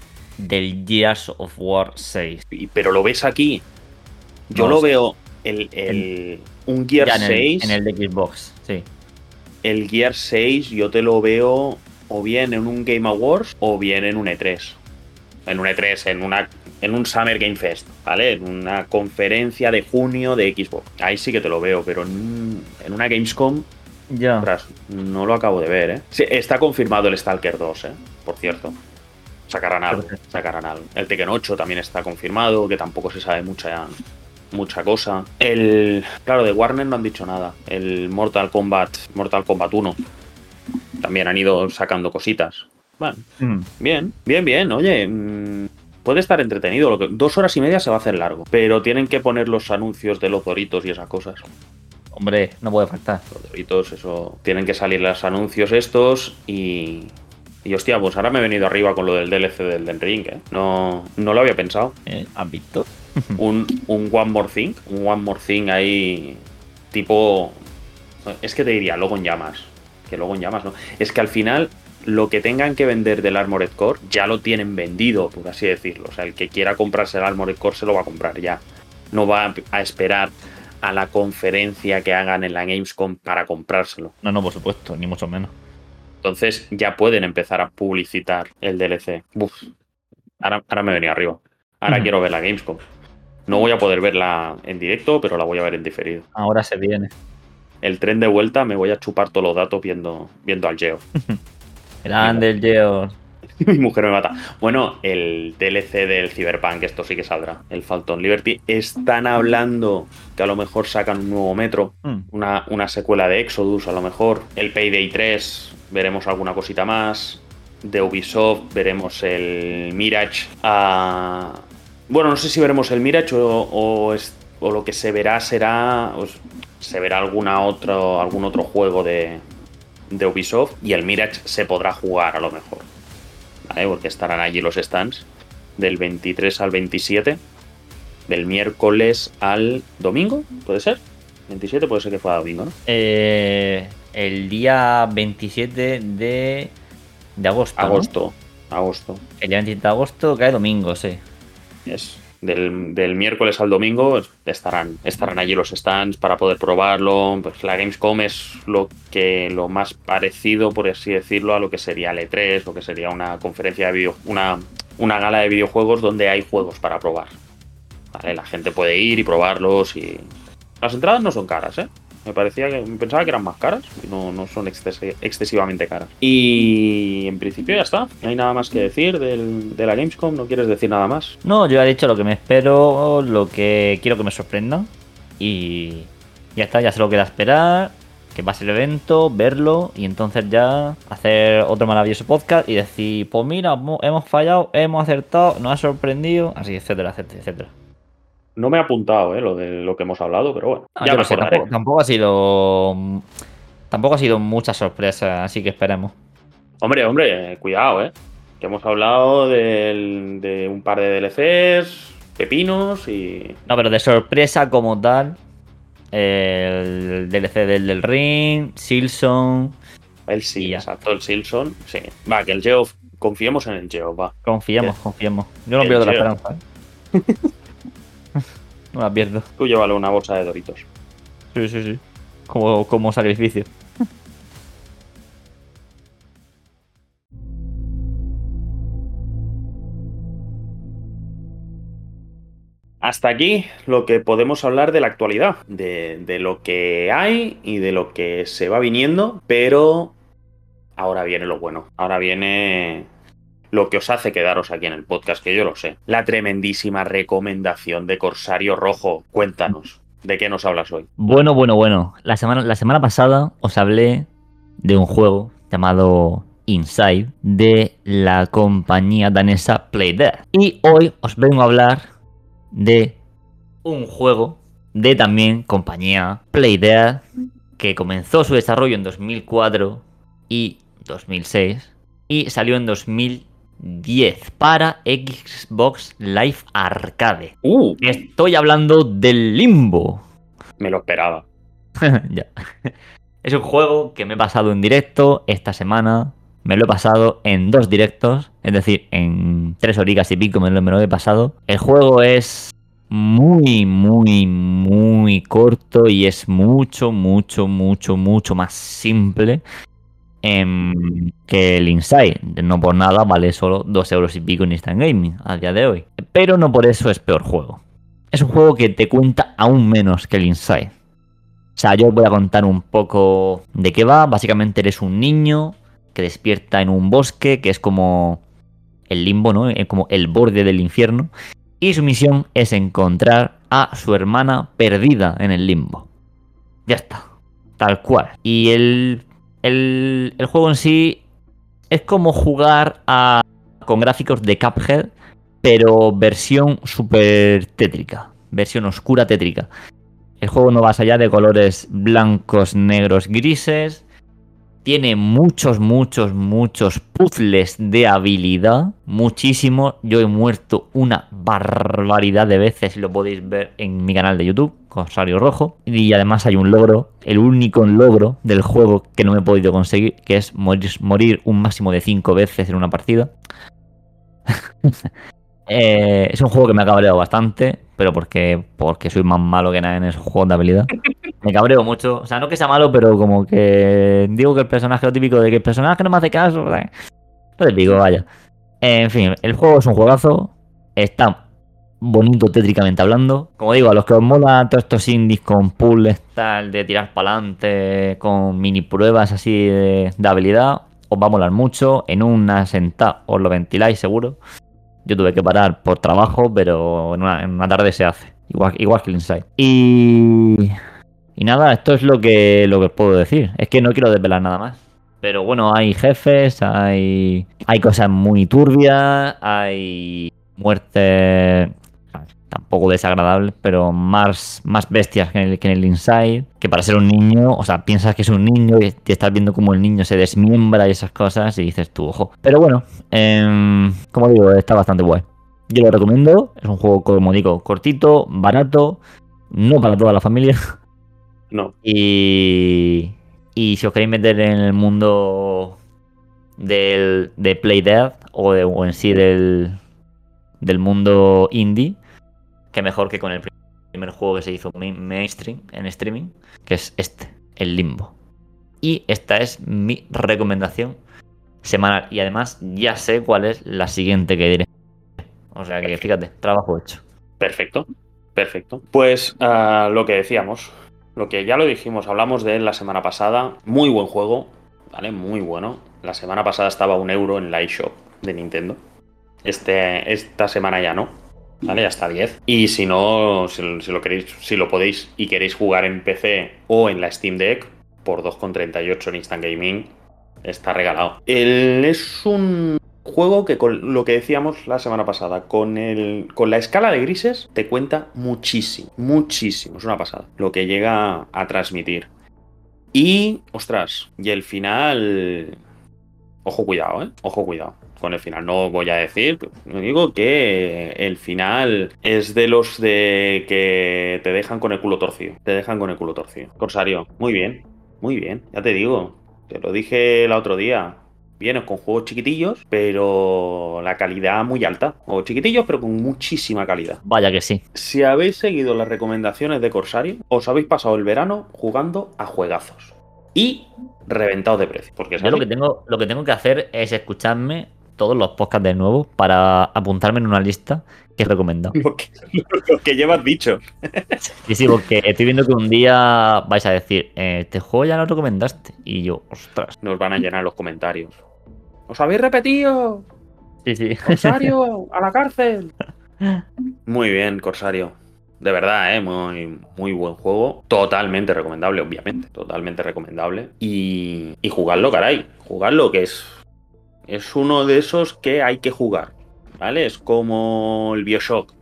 del Gears of War seis. Y- Pero lo ves aquí. Yo No lo sé. veo el, el- un Gear Ya en el, seis. en el de Xbox, sí. El Gear seis yo te lo veo o bien en un Game Awards o bien en un E tres. En un E tres, en una en un Summer Game Fest, ¿vale? En una conferencia de junio de Xbox. Ahí sí que te lo veo, pero en, en una Gamescom, Ya. ostras, no lo acabo de ver, ¿eh? Sí, está confirmado el Stalker dos, ¿eh? Por cierto. Sacarán algo, Perfecto. sacarán algo. El Tekken ocho también está confirmado, que tampoco se sabe mucha mucha cosa. El claro, de Warner no han dicho nada. El Mortal Kombat, Mortal Kombat uno también han ido sacando cositas. Bueno, Mm. bien, bien, bien. Oye, mmm, puede estar entretenido. Lo que, dos horas y media se va a hacer largo, pero tienen que poner los anuncios de los Doritos y esas cosas. Hombre, no puede faltar. Los Doritos, eso. Tienen que salir los anuncios estos y. Y hostia, pues ahora me he venido arriba con lo del D L C del Elden Ring, ¿eh? No, no lo había pensado. Eh, ¿Has visto? Un, un One More Thing, un One More Thing ahí, tipo. Es que te diría, luego en llamas. Que luego en llamas, ¿no? Es que al final, lo que tengan que vender del Armored Core ya lo tienen vendido, por así decirlo. O sea, el que quiera comprarse el Armored Core se lo va a comprar ya. No va a esperar a la conferencia que hagan en la Gamescom para comprárselo. No, no, por supuesto, ni mucho menos. Entonces ya pueden empezar a publicitar el D L C. Uf, ahora, ahora me he venido arriba. Ahora Ujú. quiero ver la Gamescom. No voy a poder verla en directo, pero la voy a ver en diferido. Ahora se viene. El tren de vuelta me voy a chupar todos los datos viendo, viendo al Geo. Grande el Geo. Mi mujer me mata. Bueno, el D L C del Cyberpunk, esto sí que saldrá. El Phantom Liberty. Están hablando que a lo mejor sacan un nuevo Metro. Mm. Una, una secuela de Exodus, a lo mejor. El Payday tres, veremos alguna cosita más. De Ubisoft, veremos el Mirage. Ah, bueno, no sé si veremos el Mirage o, o, es- o lo que se verá será. Pues, se verá alguna otro, algún otro juego de, de Ubisoft y el Mirage se podrá jugar a lo mejor, ¿vale? Porque estarán allí los stands del veintitrés al veintisiete, del miércoles al domingo, ¿puede ser? veintisiete puede ser que fuera domingo, ¿no? Eh, el día veintisiete de, de agosto. ¿no? Agosto, agosto. El día veintisiete de agosto cae domingo, sí. Es del, del miércoles al domingo estarán, estarán allí los stands para poder probarlo. Pues la Gamescom es lo que lo más parecido, por así decirlo, a lo que sería el E tres, lo que sería una conferencia de video, una, una gala de videojuegos donde hay juegos para probar. ¿Vale? La gente puede ir y probarlos y las entradas no son caras, ¿eh? Me parecía que me pensaba que eran más caras y no, no son exces- excesivamente caras. Y en principio ya está. No hay nada más que decir del, de la Gamescom. ¿No quieres decir nada más? No, yo he dicho lo que me espero, lo que quiero que me sorprenda. Y ya está, ya se lo queda esperar. Que pase el evento, verlo y entonces ya hacer otro maravilloso podcast y decir, pues mira, hemos fallado, hemos acertado, nos ha sorprendido, así, etcétera, etcétera, etcétera. No me he apuntado, ¿eh? Lo de lo que hemos hablado, pero bueno. Ah, ya yo me lo sé, acordaré. tampoco, tampoco ha sido. Tampoco ha sido mucha sorpresa, así que esperemos. Hombre, hombre, cuidado, ¿eh? Que hemos hablado del- de un par de D L Cs, pepinos y... No, pero de sorpresa como tal, el D L C del, del Ring, Silson. El sí, Y ya. exacto, el Silson. Sí. Va, que el Geoff... Confiemos en el Geoff, va. Confiemos, ¿Qué? confiemos. Yo no El pierdo la Geo. esperanza, ¿eh? No la pierdo. Tú llévale una bolsa de Doritos. Sí, sí, sí. Como, como sacrificio. Hasta aquí lo que podemos hablar de la actualidad, de, de lo que hay y de lo que se va viniendo, pero ahora viene lo bueno. Ahora viene lo que os hace quedaros aquí en el podcast, que yo lo sé. La tremendísima recomendación de Corsario Rojo. Cuéntanos, ¿de qué nos hablas hoy? Bueno, bueno, bueno. La semana, la semana pasada os hablé de un juego llamado Inside de la compañía danesa Playdead. Y hoy os vengo a hablar de un juego de también compañía Playdead que comenzó su desarrollo en dos mil cuatro y dos mil seis y salió en dos mil diez para Xbox Live Arcade. ¡Uh! Estoy hablando del Limbo. Me lo esperaba. Ya. Es un juego que me he pasado en directo esta semana. Me lo he pasado en dos directos. Es decir, en tres horitas y pico me lo, me lo he pasado. El juego es muy, muy, muy corto y es mucho, mucho, mucho, mucho más simple em, que el Inside. No por nada vale solo dos euros y pico en Instant Gaming a día de hoy. Pero no por eso es peor juego. Es un juego que te cuenta aún menos que el Inside. O sea, yo os voy a contar un poco de qué va. Básicamente eres un niño que despierta en un bosque, que es como el limbo, ¿no? Como el borde del infierno. Y su misión es encontrar a su hermana perdida en el limbo. Ya está. Tal cual. Y el, el, el juego en sí es como jugar a, con gráficos de Cuphead, pero versión super tétrica. Versión oscura tétrica. El juego no va más allá de colores blancos, negros, grises. Tiene muchos, muchos, muchos puzzles de habilidad. Muchísimo. Yo he muerto una barbaridad de veces. Lo podéis ver en mi canal de YouTube, Corsario Rojo. Y además hay un logro, el único logro del juego que no me he podido conseguir, que es morir, morir un máximo de cinco veces en una partida. Eh, es un juego que me ha cabreado bastante, pero porque, porque soy más malo que nada en esos juegos de habilidad. Me cabreo mucho. O sea, no que sea malo, pero como que digo que el personaje, lo típico de que el personaje no me hace caso. ¿Sabes? Entonces digo, vaya. En fin, el juego es un juegazo. Está bonito tétricamente hablando. Como digo, a los que os mola todos estos indies con puzzles tal, de tirar para adelante, con mini pruebas así de, de habilidad, os va a molar mucho. En una sentada os lo ventiláis seguro. Yo tuve que parar por trabajo, pero en una, en una tarde se hace. Igual, igual que el Inside. Y... Y nada, esto es lo que, lo que os puedo decir. Es que no quiero desvelar nada más. Pero bueno, hay jefes, hay... Hay cosas muy turbias, hay muertes... tampoco desagradables, pero más, más bestias que en, el, que en el Inside, que para ser un niño, o sea, piensas que es un niño y te estás viendo como el niño se desmiembra y esas cosas y dices tú, ojo. Pero bueno, eh, como digo, está bastante guay. Yo lo recomiendo, es un juego, como digo, cortito, barato, no para toda la familia. No. Y, y si os queréis meter en el mundo del, de Play Dead o, de, o en sí del, del mundo indie, que mejor que con el primer juego que se hizo main, mainstream en streaming, que es este, el Limbo. Y esta es mi recomendación semanal. Y además ya sé cuál es la siguiente que diré. O sea que fíjate, trabajo hecho. Perfecto, perfecto. Pues uh, lo que decíamos, lo que ya lo dijimos, hablamos de él la semana pasada. Muy buen juego, ¿vale? Muy bueno. La semana pasada estaba a un euro en la eShop de Nintendo. Este, esta semana ya no, ¿vale? Ya está a diez. Y si no, si, si lo queréis, si lo podéis y queréis jugar en P C o en la Steam Deck, por dos con treinta y ocho en Instant Gaming, está regalado. Él es un juego que, con lo que decíamos la semana pasada, con, el, con la escala de grises, te cuenta muchísimo, muchísimo. Es una pasada lo que llega a transmitir. Y, ostras, y el final... Ojo, cuidado, ¿eh? Ojo, cuidado. Con el final no voy a decir, no digo que el final es de los de que te dejan con el culo torcido. Te dejan con el culo torcido. Corsario, muy bien, muy bien, ya te digo. Te lo dije el otro día. Vienes con juegos chiquitillos, pero la calidad muy alta. O chiquitillos, pero con muchísima calidad. Vaya que sí. Si habéis seguido las recomendaciones de Corsario, os habéis pasado el verano jugando a juegazos. Y reventados de precio. Porque yo lo que, tengo, lo que tengo que hacer es escucharme todos los podcasts de nuevo para apuntarme en una lista que he recomendado. Lo que, lo que llevas dicho. Sí, sí, porque estoy viendo que un día vais a decir, eh, este juego ya lo recomendaste. Y yo, ostras. Nos van a llenar los comentarios. ¡Os habéis repetido! Sí, sí. ¡Corsario! ¡A la cárcel! Muy bien, Corsario. De verdad, ¿eh? Muy, muy buen juego. Totalmente recomendable, obviamente. Totalmente recomendable. Y, y jugadlo, caray. Jugadlo, que es, es uno de esos que hay que jugar. ¿Vale? Es como el BioShock.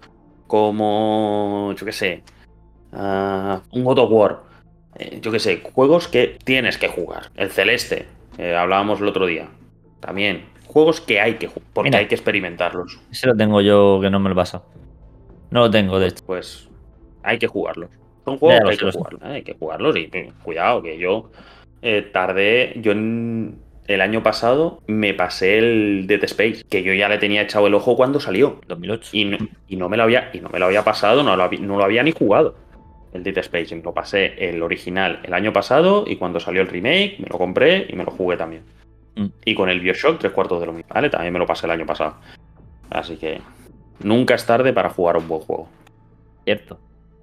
Como, yo qué sé, uh, un God of War. Eh, yo qué sé, juegos que tienes que jugar. El Celeste, eh, hablábamos el otro día. También. Juegos que hay que jugar, porque Mira, hay que experimentarlos. Ese lo tengo yo que no me lo paso. No lo tengo, de hecho. Pues hay que jugarlos. Son juegos que hay que jugarlos. ¿eh? Hay que jugarlos y cuidado, que yo eh, tardé. Yo en, el año pasado me pasé el Dead Space, que yo ya le tenía echado el ojo cuando salió. dos mil ocho. Y no, y no me lo había, y no me lo había pasado, no lo había, no lo había ni jugado. El Dead Space. Y me lo pasé el original el año pasado y cuando salió el remake me lo compré y me lo jugué también. Mm. Y con el BioShock tres cuartos de lo mismo, ¿vale? También me lo pasé el año pasado. Así que nunca es tarde para jugar un buen juego. Cierto.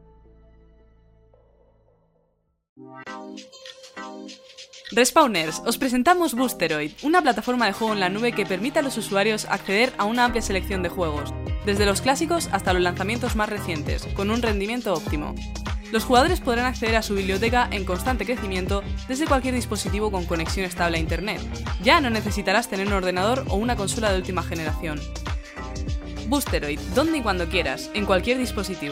Respawners, os presentamos Boosteroid, una plataforma de juego en la nube que permite a los usuarios acceder a una amplia selección de juegos, desde los clásicos hasta los lanzamientos más recientes, con un rendimiento óptimo. Los jugadores podrán acceder a su biblioteca en constante crecimiento desde cualquier dispositivo con conexión estable a internet. Ya no necesitarás tener un ordenador o una consola de última generación. Boosteroid, donde y cuando quieras, en cualquier dispositivo.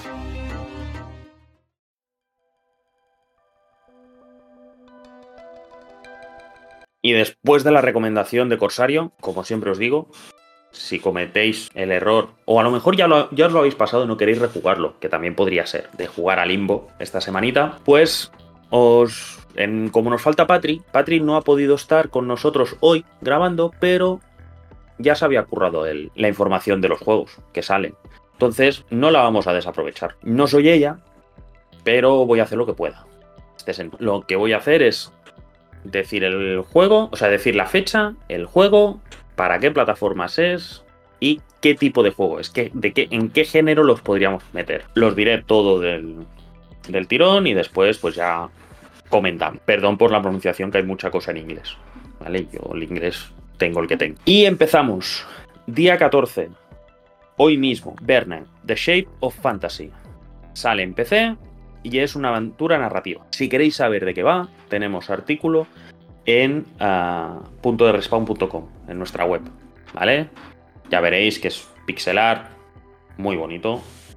Y después de la recomendación de Corsario, como siempre os digo, si cometéis el error, o a lo mejor ya, lo, ya os lo habéis pasado y no queréis rejugarlo, que también podría ser, de jugar a Limbo esta semanita, pues os... En, como nos falta Patri, Patri no ha podido estar con nosotros hoy grabando, pero ya se había currado el, la información de los juegos que salen. Entonces no la vamos a desaprovechar. No soy ella, pero voy a hacer lo que pueda. Este es el, lo que voy a hacer es decir el juego, o sea, decir la fecha, el juego, para qué plataformas es y qué tipo de juego es, qué, de qué, en qué género los podríamos meter. Los diré todo del, del tirón y después pues ya comentamos. Perdón por la pronunciación, que hay mucha cosa en inglés, ¿vale? Yo el inglés tengo el que tengo. Y empezamos. Día catorce. Hoy mismo, Verne, The Shape of Fantasy. Sale en P C y es una aventura narrativa. Si queréis saber de qué va, tenemos artículo en uh, punto de respawn punto com, en nuestra web, ¿vale? Ya veréis que es pixel art, muy bonito,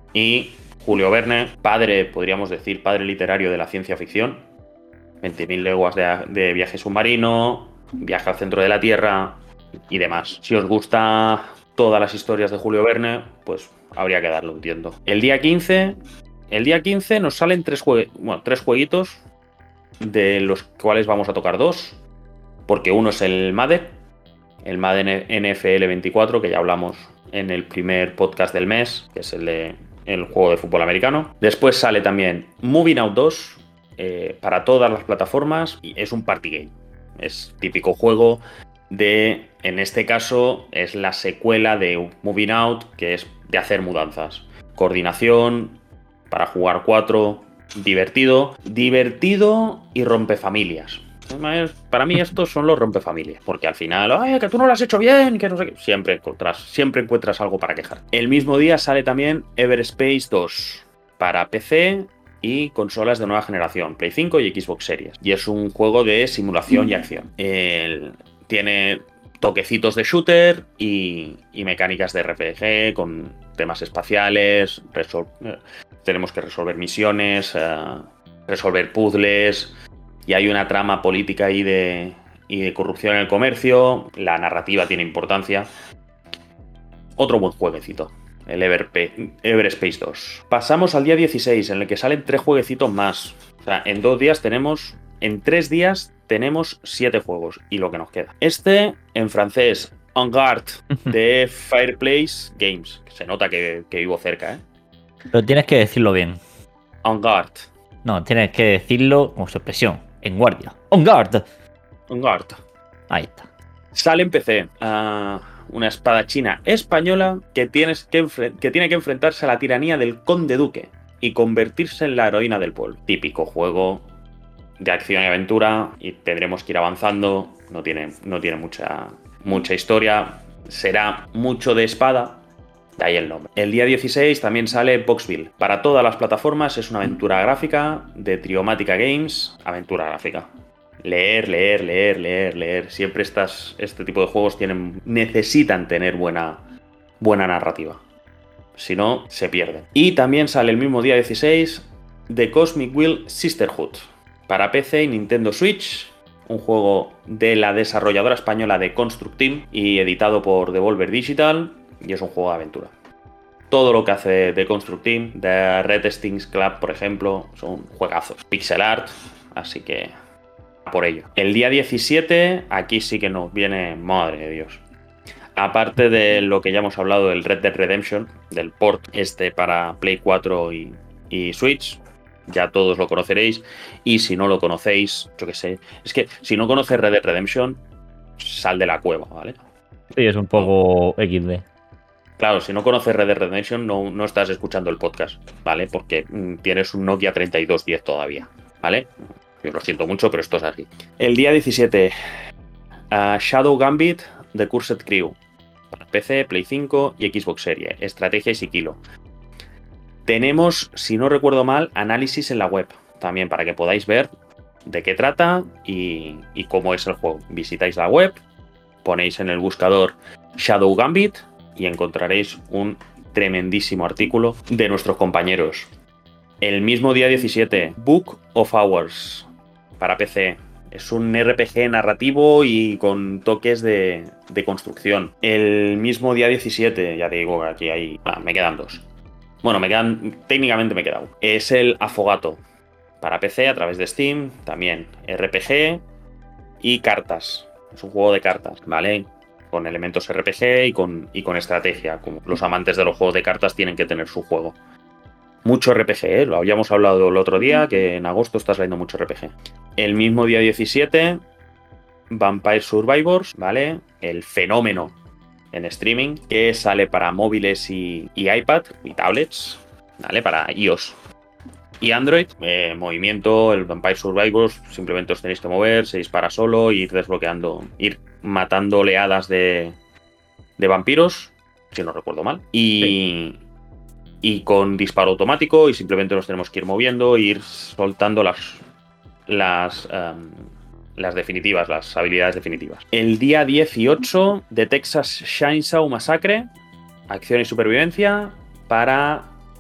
Y Julio Verne, padre, podríamos decir, padre literario de la ciencia ficción. veinte mil leguas de, de viaje submarino, Viaje al centro de la Tierra y demás. Si os gusta todas las historias de Julio Verne, pues habría que darle un tiento. El día quince, el día quince nos salen tres, jue- bueno, tres jueguitos, de los cuales vamos a tocar dos, porque uno es el Madden, el Madden N F L veinticuatro, que ya hablamos en el primer podcast del mes, que es el de el juego de fútbol americano. Después sale también Moving Out dos, eh, para todas las plataformas, y es un party game. Es típico juego de, en este caso, es la secuela de Moving Out, que es de hacer mudanzas. Coordinación, para jugar cuatro, divertido, divertido y rompefamilias. Para mí estos son los rompefamilias, porque al final, ¡ay, que tú no lo has hecho bien! Que no sé qué. Siempre encuentras, siempre encuentras algo para quejar. El mismo día sale también Everspace dos para P C y consolas de nueva generación, Play cinco y Xbox Series. Y es un juego de simulación y acción. El, tiene toquecitos de shooter y, y mecánicas de R P G con temas espaciales. Resol- tenemos que resolver misiones, uh, resolver puzzles. Y hay una trama política ahí de, y de corrupción en el comercio. La narrativa tiene importancia. Otro buen jueguecito. El Everpe- Everspace dos. Pasamos al día dieciséis, en el que salen tres jueguecitos más. O sea, en dos días tenemos... En tres días tenemos siete juegos. Y lo que nos queda. Este, en francés, En Garde, de Fireplace Games. Se nota que, que vivo cerca, ¿eh? Pero tienes que decirlo bien. En Garde. No, tienes que decirlo con su expresión. En guardia. On guard. En Garde. Ahí está. Sale en P C. Uh, una espadachina española que, tienes que, enfre- que tiene que enfrentarse a la tiranía del conde duque y convertirse en la heroína del pueblo. Típico juego de acción y aventura, y tendremos que ir avanzando. No tiene, no tiene mucha, mucha historia. Será mucho de espada. De ahí el nombre. El día dieciséis también sale Boxville. Para todas las plataformas es una aventura gráfica de Triomática Games. Aventura gráfica. Leer, leer, leer, leer, leer. Siempre estas, este tipo de juegos tienen, necesitan tener buena, buena narrativa. Si no, se pierden. Y también sale el mismo día dieciséis The Cosmic Wheel Sisterhood. Para P C y Nintendo Switch. Un juego de la desarrolladora española de Construct Team y editado por Devolver Digital. Y es un juego de aventura. Todo lo que hace The Construct Team, The Red Stings Club, por ejemplo, son juegazos. Pixel art, así que por ello. El día diecisiete, aquí sí que nos viene, madre de Dios. Aparte de lo que ya hemos hablado del Red Dead Redemption, del port este para Play cuatro y, y Switch, ya todos lo conoceréis. Y si no lo conocéis, yo qué sé, es que si no conoces Red Dead Redemption, sal de la cueva, ¿vale? Sí, es un poco equis de. Claro, si no conoces Red Dead Redemption, no, no estás escuchando el podcast, ¿vale? Porque mm, tienes un Nokia treinta y dos diez todavía, ¿vale? Yo lo siento mucho, pero esto es así. El día diecisiete, uh, Shadow Gambit, The Cursed Crew. Para P C, Play cinco y Xbox Series. Estrategia y sigilo. Tenemos, si no recuerdo mal, análisis en la web. También para que podáis ver de qué trata y, y cómo es el juego. Visitáis la web, ponéis en el buscador Shadow Gambit y encontraréis un tremendísimo artículo de nuestros compañeros. El mismo día diecisiete, Book of Hours, para P C. Es un R P G narrativo y con toques de, de construcción. El mismo día diecisiete, ya te digo que aquí hay... Ah, me quedan dos. Bueno, me quedan... Técnicamente me queda uno. Es el Afogato, para P C a través de Steam. También R P G y cartas. Es un juego de cartas, ¿vale? Con elementos R P G y con, y con estrategia. Como los amantes de los juegos de cartas tienen que tener su juego. Mucho R P G, ¿eh? Lo habíamos hablado el otro día, que en agosto está saliendo mucho R P G. El mismo día diecisiete, Vampire Survivors, ¿vale? El fenómeno en streaming, que sale para móviles y, y iPad y tablets, ¿vale? Para iOS y Android. Eh, movimiento, el Vampire Survivors, simplemente os tenéis que mover, se dispara solo, ir desbloqueando, ir matando oleadas de, de vampiros, si no recuerdo mal. Y... Sí. Y con disparo automático, y simplemente nos tenemos que ir moviendo e ir soltando las, las, um, las definitivas, las habilidades definitivas. El día dieciocho de Texas Chainsaw Massacre, acción y supervivencia para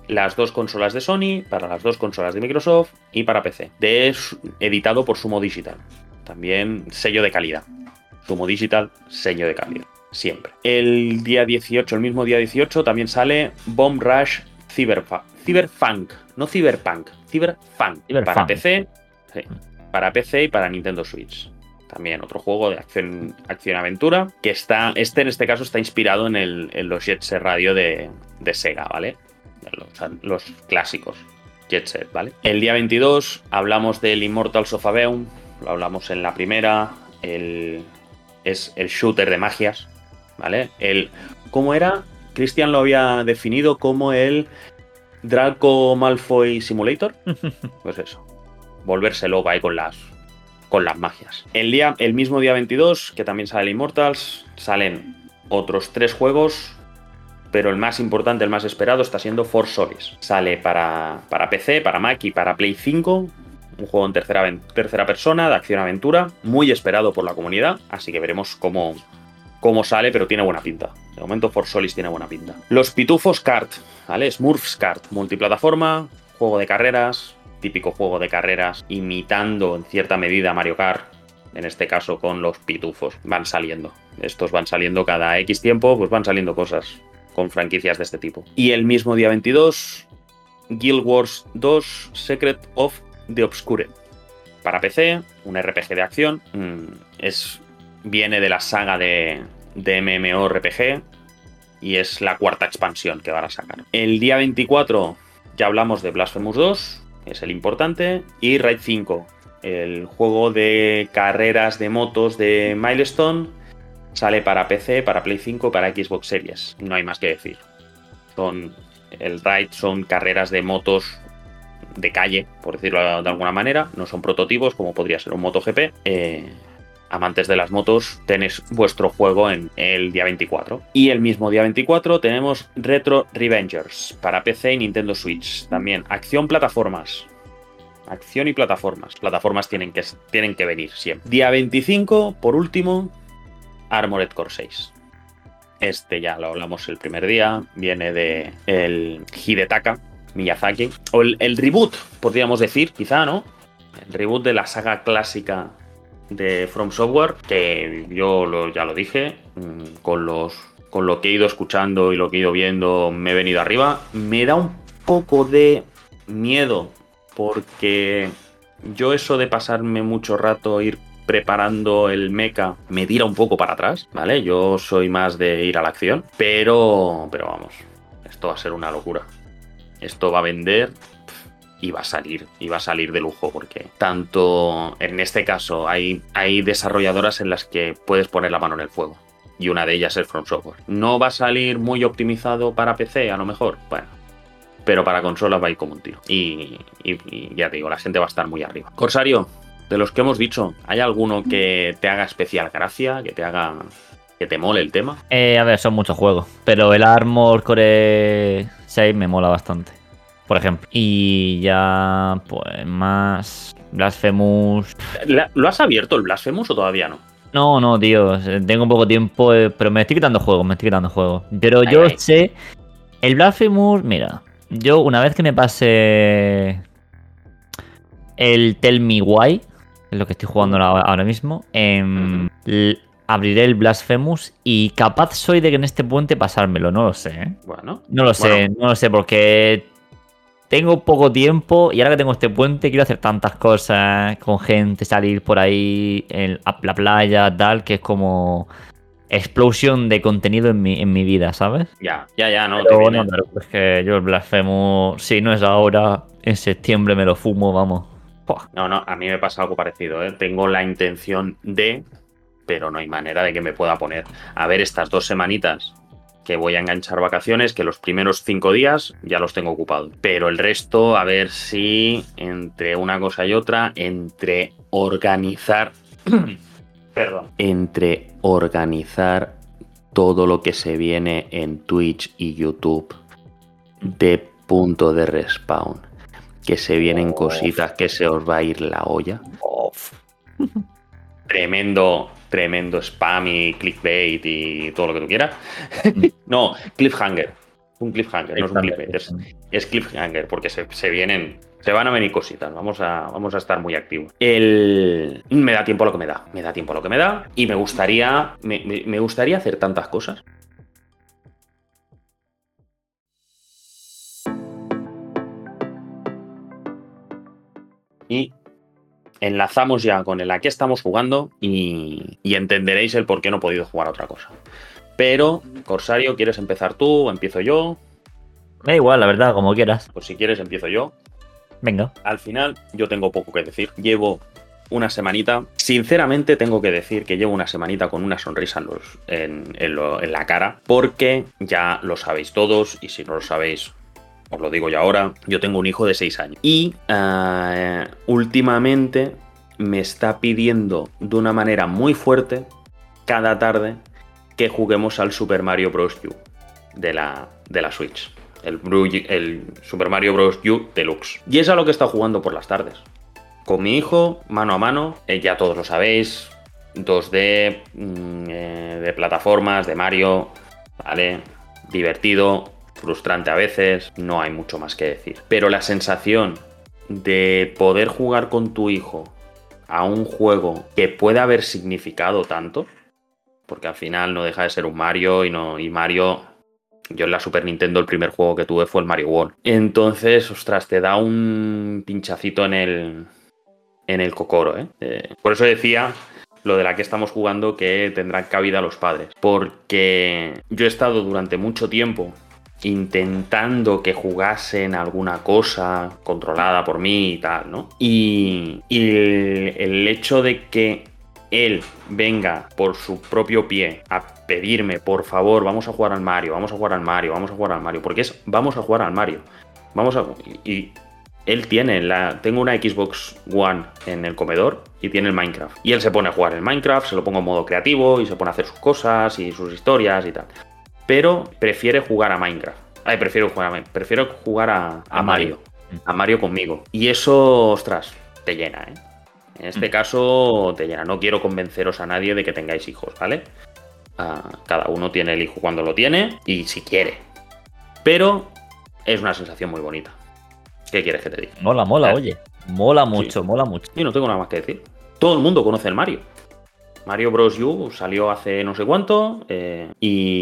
las dos consolas de Sony, para las dos consolas de Microsoft y para P C. De, editado por Sumo Digital. También sello de calidad. Sumo Digital, sello de calidad. Siempre. El día dieciocho, el mismo día dieciocho, también sale Bomb Rush Cyberpunk. Cyberpunk, no Cyberpunk, Cyberpunk. Cyberpunk. Para P C, sí, para P C y para Nintendo Switch. También otro juego de acción, acción-aventura, que está, este en este caso está inspirado en, el, en los Jet Set Radio de, de Sega, ¿vale? Los, los clásicos Jet Set, ¿vale? El día veintidós hablamos del Immortals of Aveum, lo hablamos en la primera, el, es el shooter de magias, ¿vale? El, ¿cómo era? Cristian lo había definido como el Draco Malfoy Simulator. Pues eso, volverse loco ahí con las... con las magias. El, día, el mismo día veintidós, que también sale el Immortals, salen otros tres juegos, pero el más importante, el más esperado, está siendo For Solis. Sale para, para P C, para Mac y para Play cinco, un juego en tercera, tercera persona, de acción-aventura, muy esperado por la comunidad, así que veremos cómo, cómo sale, pero tiene buena pinta. De momento For Solis tiene buena pinta. Los Pitufos Kart, ¿vale? Smurfs Kart, multiplataforma, juego de carreras, típico juego de carreras, imitando en cierta medida a Mario Kart, en este caso con los pitufos. Van saliendo. Estos van saliendo cada X tiempo, pues van saliendo cosas con franquicias de este tipo. Y el mismo día veintidós, Guild Wars dos Secret of the Obscure. Para P C, un R P G de acción. Es, viene de la saga de, de MMORPG y es la cuarta expansión que van a sacar. El día veinticuatro ya hablamos de Blasphemous dos, es el importante, y Raid cinco, el juego de carreras de motos de Milestone, sale para P C, para Play cinco, para Xbox Series. No hay más que decir. Son, el Raid son carreras de motos de calle, por decirlo de alguna manera. No son prototipos como podría ser un MotoGP. Eh, amantes de las motos, tenéis vuestro juego en el día veinticuatro. Y el mismo día veinticuatro tenemos Retro Revengers para P C y Nintendo Switch. También acción, plataformas. Acción y plataformas. Plataformas tienen que, tienen que venir siempre. Día veinticinco, por último, Armored Core seis. Este ya lo hablamos el primer día. Viene de el Hidetaka Miyazaki. O el, el reboot, podríamos decir, quizá, ¿no? El reboot de la saga clásica de From Software, que yo lo, ya lo dije, con los con lo que he ido escuchando y lo que he ido viendo, me he venido arriba. Me da un poco de miedo, porque yo eso de pasarme mucho rato, ir preparando el mecha, me tira un poco para atrás, ¿vale? Yo soy más de ir a la acción, pero, pero vamos, esto va a ser una locura. Esto va a vender... y va a salir, y va a salir de lujo, porque tanto en este caso hay, hay desarrolladoras en las que puedes poner la mano en el fuego, y una de ellas es From Software. No va a salir muy optimizado para P C, a lo mejor, bueno, pero para consolas va a ir como un tiro, y, y, y ya te digo, la gente va a estar muy arriba. Corsario, de los que hemos dicho, ¿hay alguno que te haga especial gracia, que te haga, que te mole el tema? Eh, a ver, son muchos juegos, pero el Armored Core seis me mola bastante, por ejemplo. Y ya, pues, más Blasphemous. ¿Lo has abierto el Blasphemous o todavía no? No, no, tío. Tengo poco tiempo, eh, pero me estoy quitando juegos, me estoy quitando juegos. Pero Ay, yo ay. sé... El Blasphemous, mira, yo una vez que me pase el Tell Me Why, que es lo que estoy jugando ahora, ahora mismo, em, l- abriré el Blasphemous y capaz soy de que en este puente pasármelo, no lo sé, ¿eh? Bueno. No lo sé, Bueno. no lo sé, porque tengo poco tiempo y ahora que tengo este puente quiero hacer tantas cosas con gente, salir por ahí en a la playa, tal, que es como explosión de contenido en mi, en mi vida, ¿sabes? Ya, ya, ya, no. te Pero viene. no, pero es que yo el Blasphemous, si no es ahora, en septiembre me lo fumo, vamos. Buah. No, no, a mí me pasa algo parecido, ¿eh? Tengo la intención de, pero no hay manera de que me pueda poner. A ver, estas dos semanitas que voy a enganchar vacaciones, que los primeros cinco días ya los tengo ocupados. Pero el resto, a ver si entre una cosa y otra, entre organizar... Perdón. Entre organizar todo lo que se viene en Twitch y YouTube de Punto de Respawn, que se vienen cositas que se os va a ir la olla. Tremendo, tremendo spam y clickbait y todo lo que tú quieras. No, cliffhanger. Un cliffhanger, no es un cliffhanger. Es, es cliffhanger, porque se, se vienen. Se van a venir cositas. Vamos a, vamos a estar muy activos. El... Me da tiempo a lo que me da. Me da tiempo a lo que me da. Y me gustaría. Me, me, me gustaría hacer tantas cosas. Y enlazamos ya con el a qué estamos jugando y, y entenderéis el por qué no he podido jugar a otra cosa. Pero, Corsario, ¿quieres empezar tú o empiezo yo? Me da igual, la verdad, como quieras. Pues si quieres, empiezo yo. Venga. Al final, yo tengo poco que decir. Llevo una semanita. Sinceramente, tengo que decir que llevo una semanita con una sonrisa en, los, en, en, lo, en la cara. Porque ya lo sabéis todos, y si no lo sabéis, os lo digo ya ahora, yo tengo un hijo de seis años. Y uh, últimamente me está pidiendo de una manera muy fuerte, cada tarde, que juguemos al Super Mario Bros. U de la, de la Switch. El, el Super Mario Bros. U Deluxe. Y es a lo que está jugando por las tardes. Con mi hijo, mano a mano, eh, ya todos lo sabéis, dos D, mm, eh, de plataformas, de Mario, ¿vale? Divertido. Frustrante a veces, no hay mucho más que decir. Pero la sensación de poder jugar con tu hijo a un juego que pueda haber significado tanto, porque al final no deja de ser un Mario y, no, y Mario, yo en la Super Nintendo el primer juego que tuve fue el Mario World. Entonces, ostras, te da un pinchacito en el, en el cocoro, ¿eh? Eh, por eso decía lo de la que estamos jugando, que tendrán cabida los padres. Porque yo he estado durante mucho tiempo intentando que jugasen alguna cosa controlada por mí y tal, ¿no? Y, y el, el hecho de que él venga por su propio pie a pedirme, por favor, vamos a jugar al Mario, vamos a jugar al Mario, vamos a jugar al Mario, porque es, vamos a jugar al Mario, vamos a... Y, y él tiene, la, tengo una Xbox One en el comedor y tiene el Minecraft. Y él se pone a jugar el Minecraft, se lo pongo en modo creativo y se pone a hacer sus cosas y sus historias y tal. Pero prefiere jugar a Minecraft. Ay, prefiero jugar a, prefiero jugar a, a Mario. A Mario conmigo. Y eso, ostras, te llena, ¿eh? En este mm. caso, te llena. No quiero convenceros a nadie de que tengáis hijos, ¿vale? Uh, cada uno tiene el hijo cuando lo tiene y si quiere. Pero es una sensación muy bonita. ¿Qué quieres que te diga? Mola, mola, ¿Eh? Oye. Mola mucho, sí. mola mucho. Y no tengo nada más que decir. Todo el mundo conoce el Mario. Mario Bros. U salió hace no sé cuánto eh,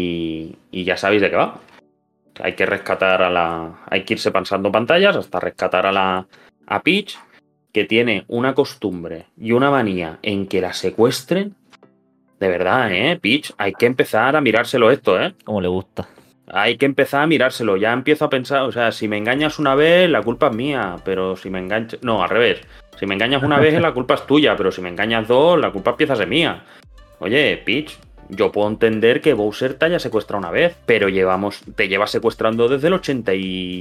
y, y ya sabéis de qué va. Hay que rescatar a la... Hay que irse pasando pantallas hasta rescatar a la a Peach, que tiene una costumbre y una manía en que la secuestren. De verdad, ¿eh? Peach, hay que empezar a mirárselo esto, ¿eh? Como le gusta. Hay que empezar a mirárselo. Ya empiezo a pensar, o sea, si me engañas una vez, la culpa es mía, pero si me enganchas... No, al revés. Si me engañas una vez, la culpa es tuya, pero si me engañas dos, la culpa empieza a ser mía. Oye, Peach, yo puedo entender que Bowser te haya secuestrado una vez, pero llevamos, te llevas secuestrando desde el ochenta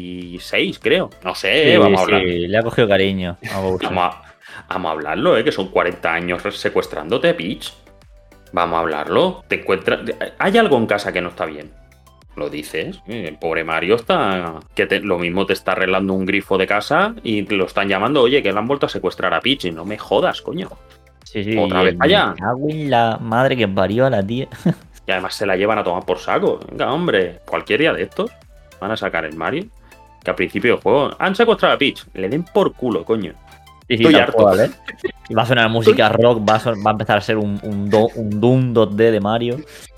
y seis, creo. No sé, sí, vamos a hablar. Sí, le ha cogido cariño a Bowser. Vamos a, vamos a hablarlo, ¿eh? Que son cuarenta años secuestrándote, Peach. Vamos a hablarlo. Te encuentras... Hay algo en casa que no está bien. Lo dices. El pobre Mario está... Que te... lo mismo te está arreglando un grifo de casa y te lo están llamando, oye, que le han vuelto a secuestrar a Peach. Y no me jodas, coño. Sí, sí. Otra vez allá. Me cago en la madre que parió a la tía. Y además se la llevan a tomar por saco. Venga, hombre. Cualquier día de estos van a sacar el Mario. Que al principio del juego han secuestrado a Peach. Le den por culo, coño. Sí, sí, estoy harto. Cual, ¿eh? Y va a sonar música rock, va a, son... va a empezar a ser un, un, do... un Doom dos D de Mario.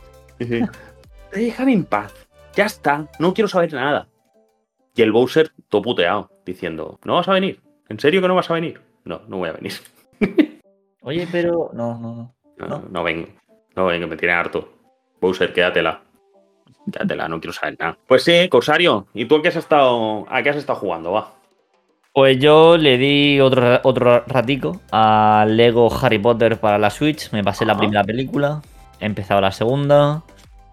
Sí. Déjame en paz. Ya está, no quiero saber nada. Y el Bowser todo puteado, diciendo, ¿no vas a venir? ¿En serio que no vas a venir? No, no voy a venir. Oye, pero... No, no, no. No, no, no vengo. No vengo, me tiene harto. Bowser, quédatela. Quédatela, no quiero saber nada. Pues sí, Corsario, ¿y tú a qué has estado, a qué has estado jugando? Va. Pues yo le di otro, otro ratico a Lego Harry Potter para la Switch. Me pasé Ajá. la primera película. He empezado la segunda.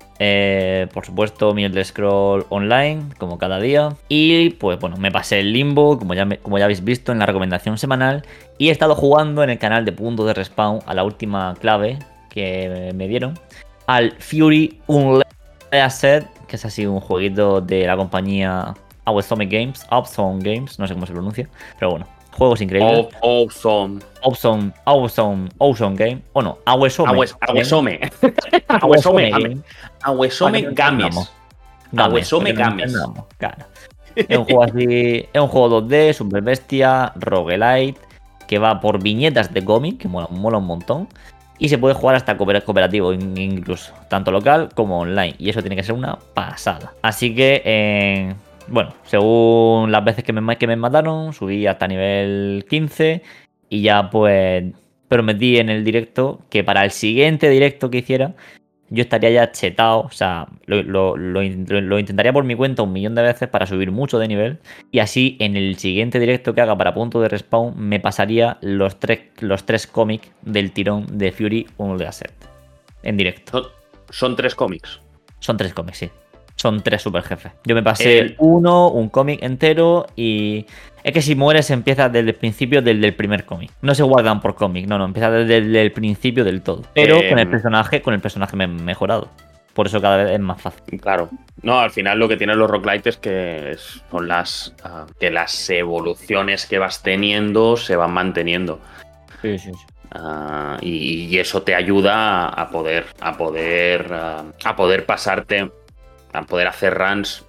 Eh, por supuesto, mi Elder Scroll Online, como cada día. Y pues bueno, me pasé el Limbo, como ya, me, como ya habéis visto en la recomendación semanal. Y he estado jugando en el canal de Punto de Respawn a la última clave que me dieron. Al Fury Unleashed, que es así un jueguito de la compañía Awesome Games. Awesome Games, no sé cómo se pronuncia. Pero bueno, juegos increíbles. Awesome. Awesome, awesome, awesome game. O no, Awesome. Awesome. Awesome. Awesome Games. Awesome Game, Hueso me para que nos games. entendamos, claro. Es un juego así, es un juego dos D, super bestia, roguelite, que va por viñetas de cómic, que mola, mola un montón. Y se puede jugar hasta cooper- cooperativo incluso, tanto local como online. Y eso tiene que ser una pasada. Así que, eh, bueno, según las veces que me, que me mataron, subí hasta nivel quince. Y ya pues prometí en el directo que para el siguiente directo que hiciera, yo estaría ya chetado. O sea, lo, lo, lo, lo intentaría por mi cuenta un millón de veces para subir mucho de nivel. Y así en el siguiente directo que haga para punto de respawn me pasaría los tres, los tres cómics del tirón de Fury Unleashed en directo. Son, son tres cómics. Son tres cómics, sí. Son tres super jefes. Yo me pasé El- uno, un cómic entero y... Es que si mueres empieza desde el principio del, del primer cómic. No se guardan por cómic, no, no, empieza desde el, el principio del todo. Pero Eh, con el personaje, con el personaje me he mejorado. Por eso cada vez es más fácil. Claro. No, al final lo que tienen los roguelites es que es- son las ah, que las evoluciones que vas teniendo se van manteniendo. Sí, sí, sí. Ah, y, y eso te ayuda a poder a poder ah, a poder pasarte, a poder hacer runs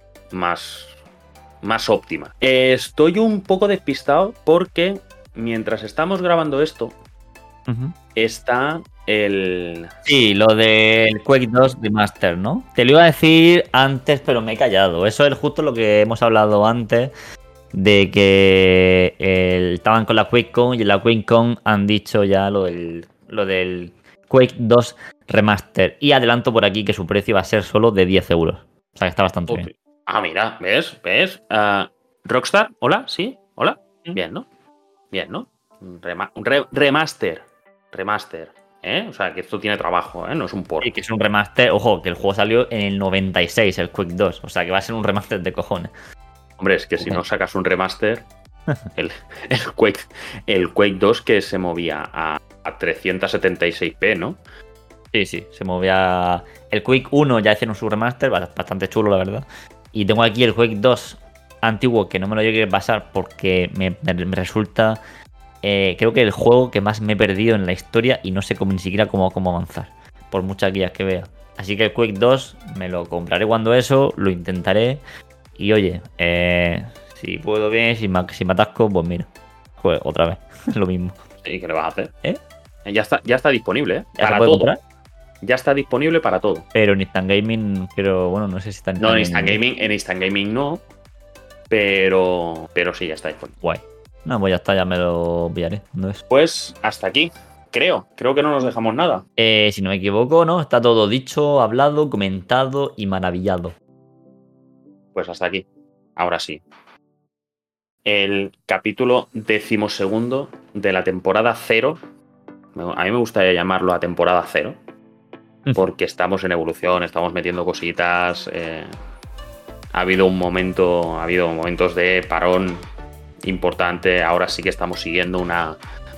más más óptimas. Estoy un poco despistado porque mientras estamos grabando esto Uh-huh. está el Sí, lo del Quake dos Remaster, ¿no? Te lo iba a decir antes, pero me he callado. Eso es justo lo que hemos hablado antes, de que eh, estaban con la QuakeCon y en la QuakeCon han dicho ya lo del, lo del Quake dos Remaster. Y adelanto por aquí que su precio va a ser solo de diez euros. O sea que está bastante bien. Ah, mira, ¿ves? ¿Ves? Ah, Rockstar, hola, ¿sí? ¿Hola? Bien, ¿no? Bien, ¿no? Un rema- un re- remaster. Remaster. ¿Eh? O sea, que esto tiene trabajo, ¿eh? No es un port. Y que es un remaster. Ojo, que el juego salió en el noventa y seis, el Quake dos. O sea que va a ser un remaster de cojones. Hombre, es que si no sacas un remaster, el, el, Quake, el Quake dos que se movía a, a trescientos setenta y seis p, ¿no? Sí, sí, se movía. El Quake uno ya hicieron su remaster, bastante chulo, la verdad. Y tengo aquí el Quake dos antiguo que no me lo llegué a pasar porque me, me resulta. Eh, creo que el juego que más me he perdido en la historia y no sé cómo, ni siquiera cómo, cómo avanzar, por muchas guías que vea. Así que el Quake dos me lo compraré cuando eso, lo intentaré. Y oye, eh, si puedo bien, si me, si me atasco, pues mira, joder, otra vez, lo mismo. ¿Y qué le vas a hacer? ¿Eh? Ya está, ya está disponible, ¿eh? ¿Ya se Para puede todo. comprar? Ya está disponible para todo. Pero en Instant Gaming, pero bueno, no sé si está en No, en Instant Gaming, en Instant Gaming no, pero, pero sí, ya está disponible. Guay. No, pues ya está, ya me lo pillaré. ¿Dónde es? Pues hasta aquí, creo. Creo que no nos dejamos nada. Eh, si no me equivoco, ¿no? Está todo dicho, hablado, comentado y maravillado. Pues hasta aquí. Ahora sí. El capítulo decimosegundo de la temporada cero. A mí me gustaría llamarlo a temporada cero. Porque estamos en evolución, estamos metiendo cositas. Eh, ha habido un momento, ha habido momentos de parón importante. Ahora sí que estamos siguiendo una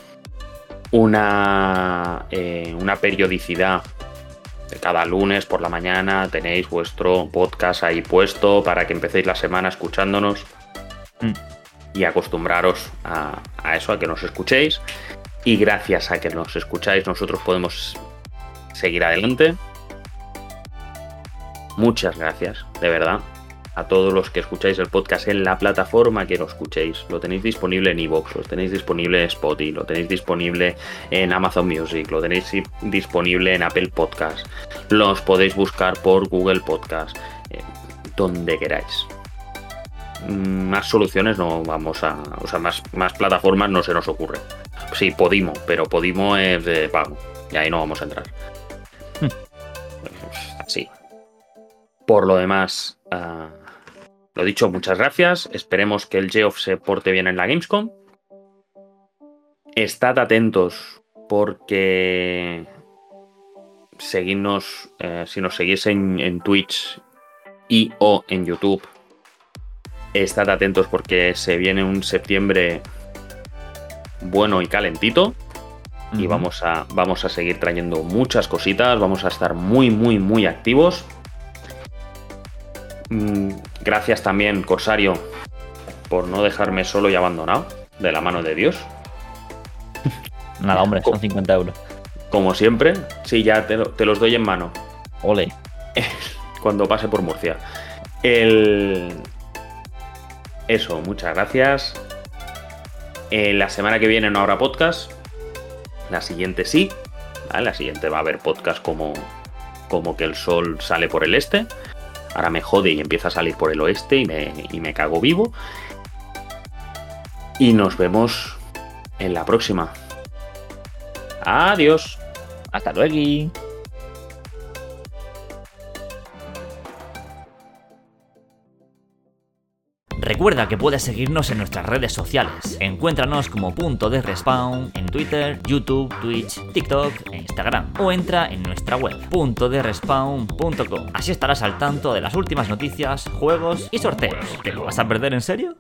una eh, una periodicidad. Cada lunes por la mañana tenéis vuestro podcast ahí puesto para que empecéis la semana escuchándonos mm. y acostumbraros a, a eso, a que nos escuchéis. Y gracias a que nos escucháis nosotros podemos seguir adelante. Muchas gracias, de verdad, a todos los que escucháis el podcast en la plataforma que lo escuchéis. Lo tenéis disponible en iVoox, lo tenéis disponible en Spotify, lo tenéis disponible en Amazon Music, lo tenéis disponible en Apple Podcast, los podéis buscar por Google Podcast, eh, donde queráis. Más soluciones no vamos a... O sea, más, más plataformas no se nos ocurre. Sí, Podimo, pero Podimo es de pago y ahí no vamos a entrar. Hmm. Así. Por lo demás... Uh, Lo dicho, muchas gracias. Esperemos que el Geoff se porte bien en la Gamescom. Estad atentos porque seguidnos, eh, si nos seguís en, en Twitch y o en YouTube. Estad atentos porque se viene un septiembre bueno y calentito. Uh-huh. Y vamos a, vamos a seguir trayendo muchas cositas. Vamos a estar muy, muy, muy activos. Gracias también, Corsario, por no dejarme solo y abandonado, de la mano de Dios. Nada, hombre, son cincuenta euros. Como siempre, sí, ya te, lo, te los doy en mano. Ole. cuando pase por Murcia. El... Eso, muchas gracias. Eh, la semana que viene no habrá podcast. La siguiente sí. ¿Vale? La siguiente va a haber podcast como, como que el sol sale por el este. Ahora me jode y empieza a salir por el oeste y me, y me cago vivo. Y nos vemos en la próxima. Adiós. Hasta luego. Recuerda que puedes seguirnos en nuestras redes sociales. Encuéntranos como Punto de Respawn en Twitter, YouTube, Twitch, TikTok e Instagram. O entra en nuestra web, punto de respawn punto com. Así estarás al tanto de las últimas noticias, juegos y sorteos. ¿Te lo vas a perder en serio?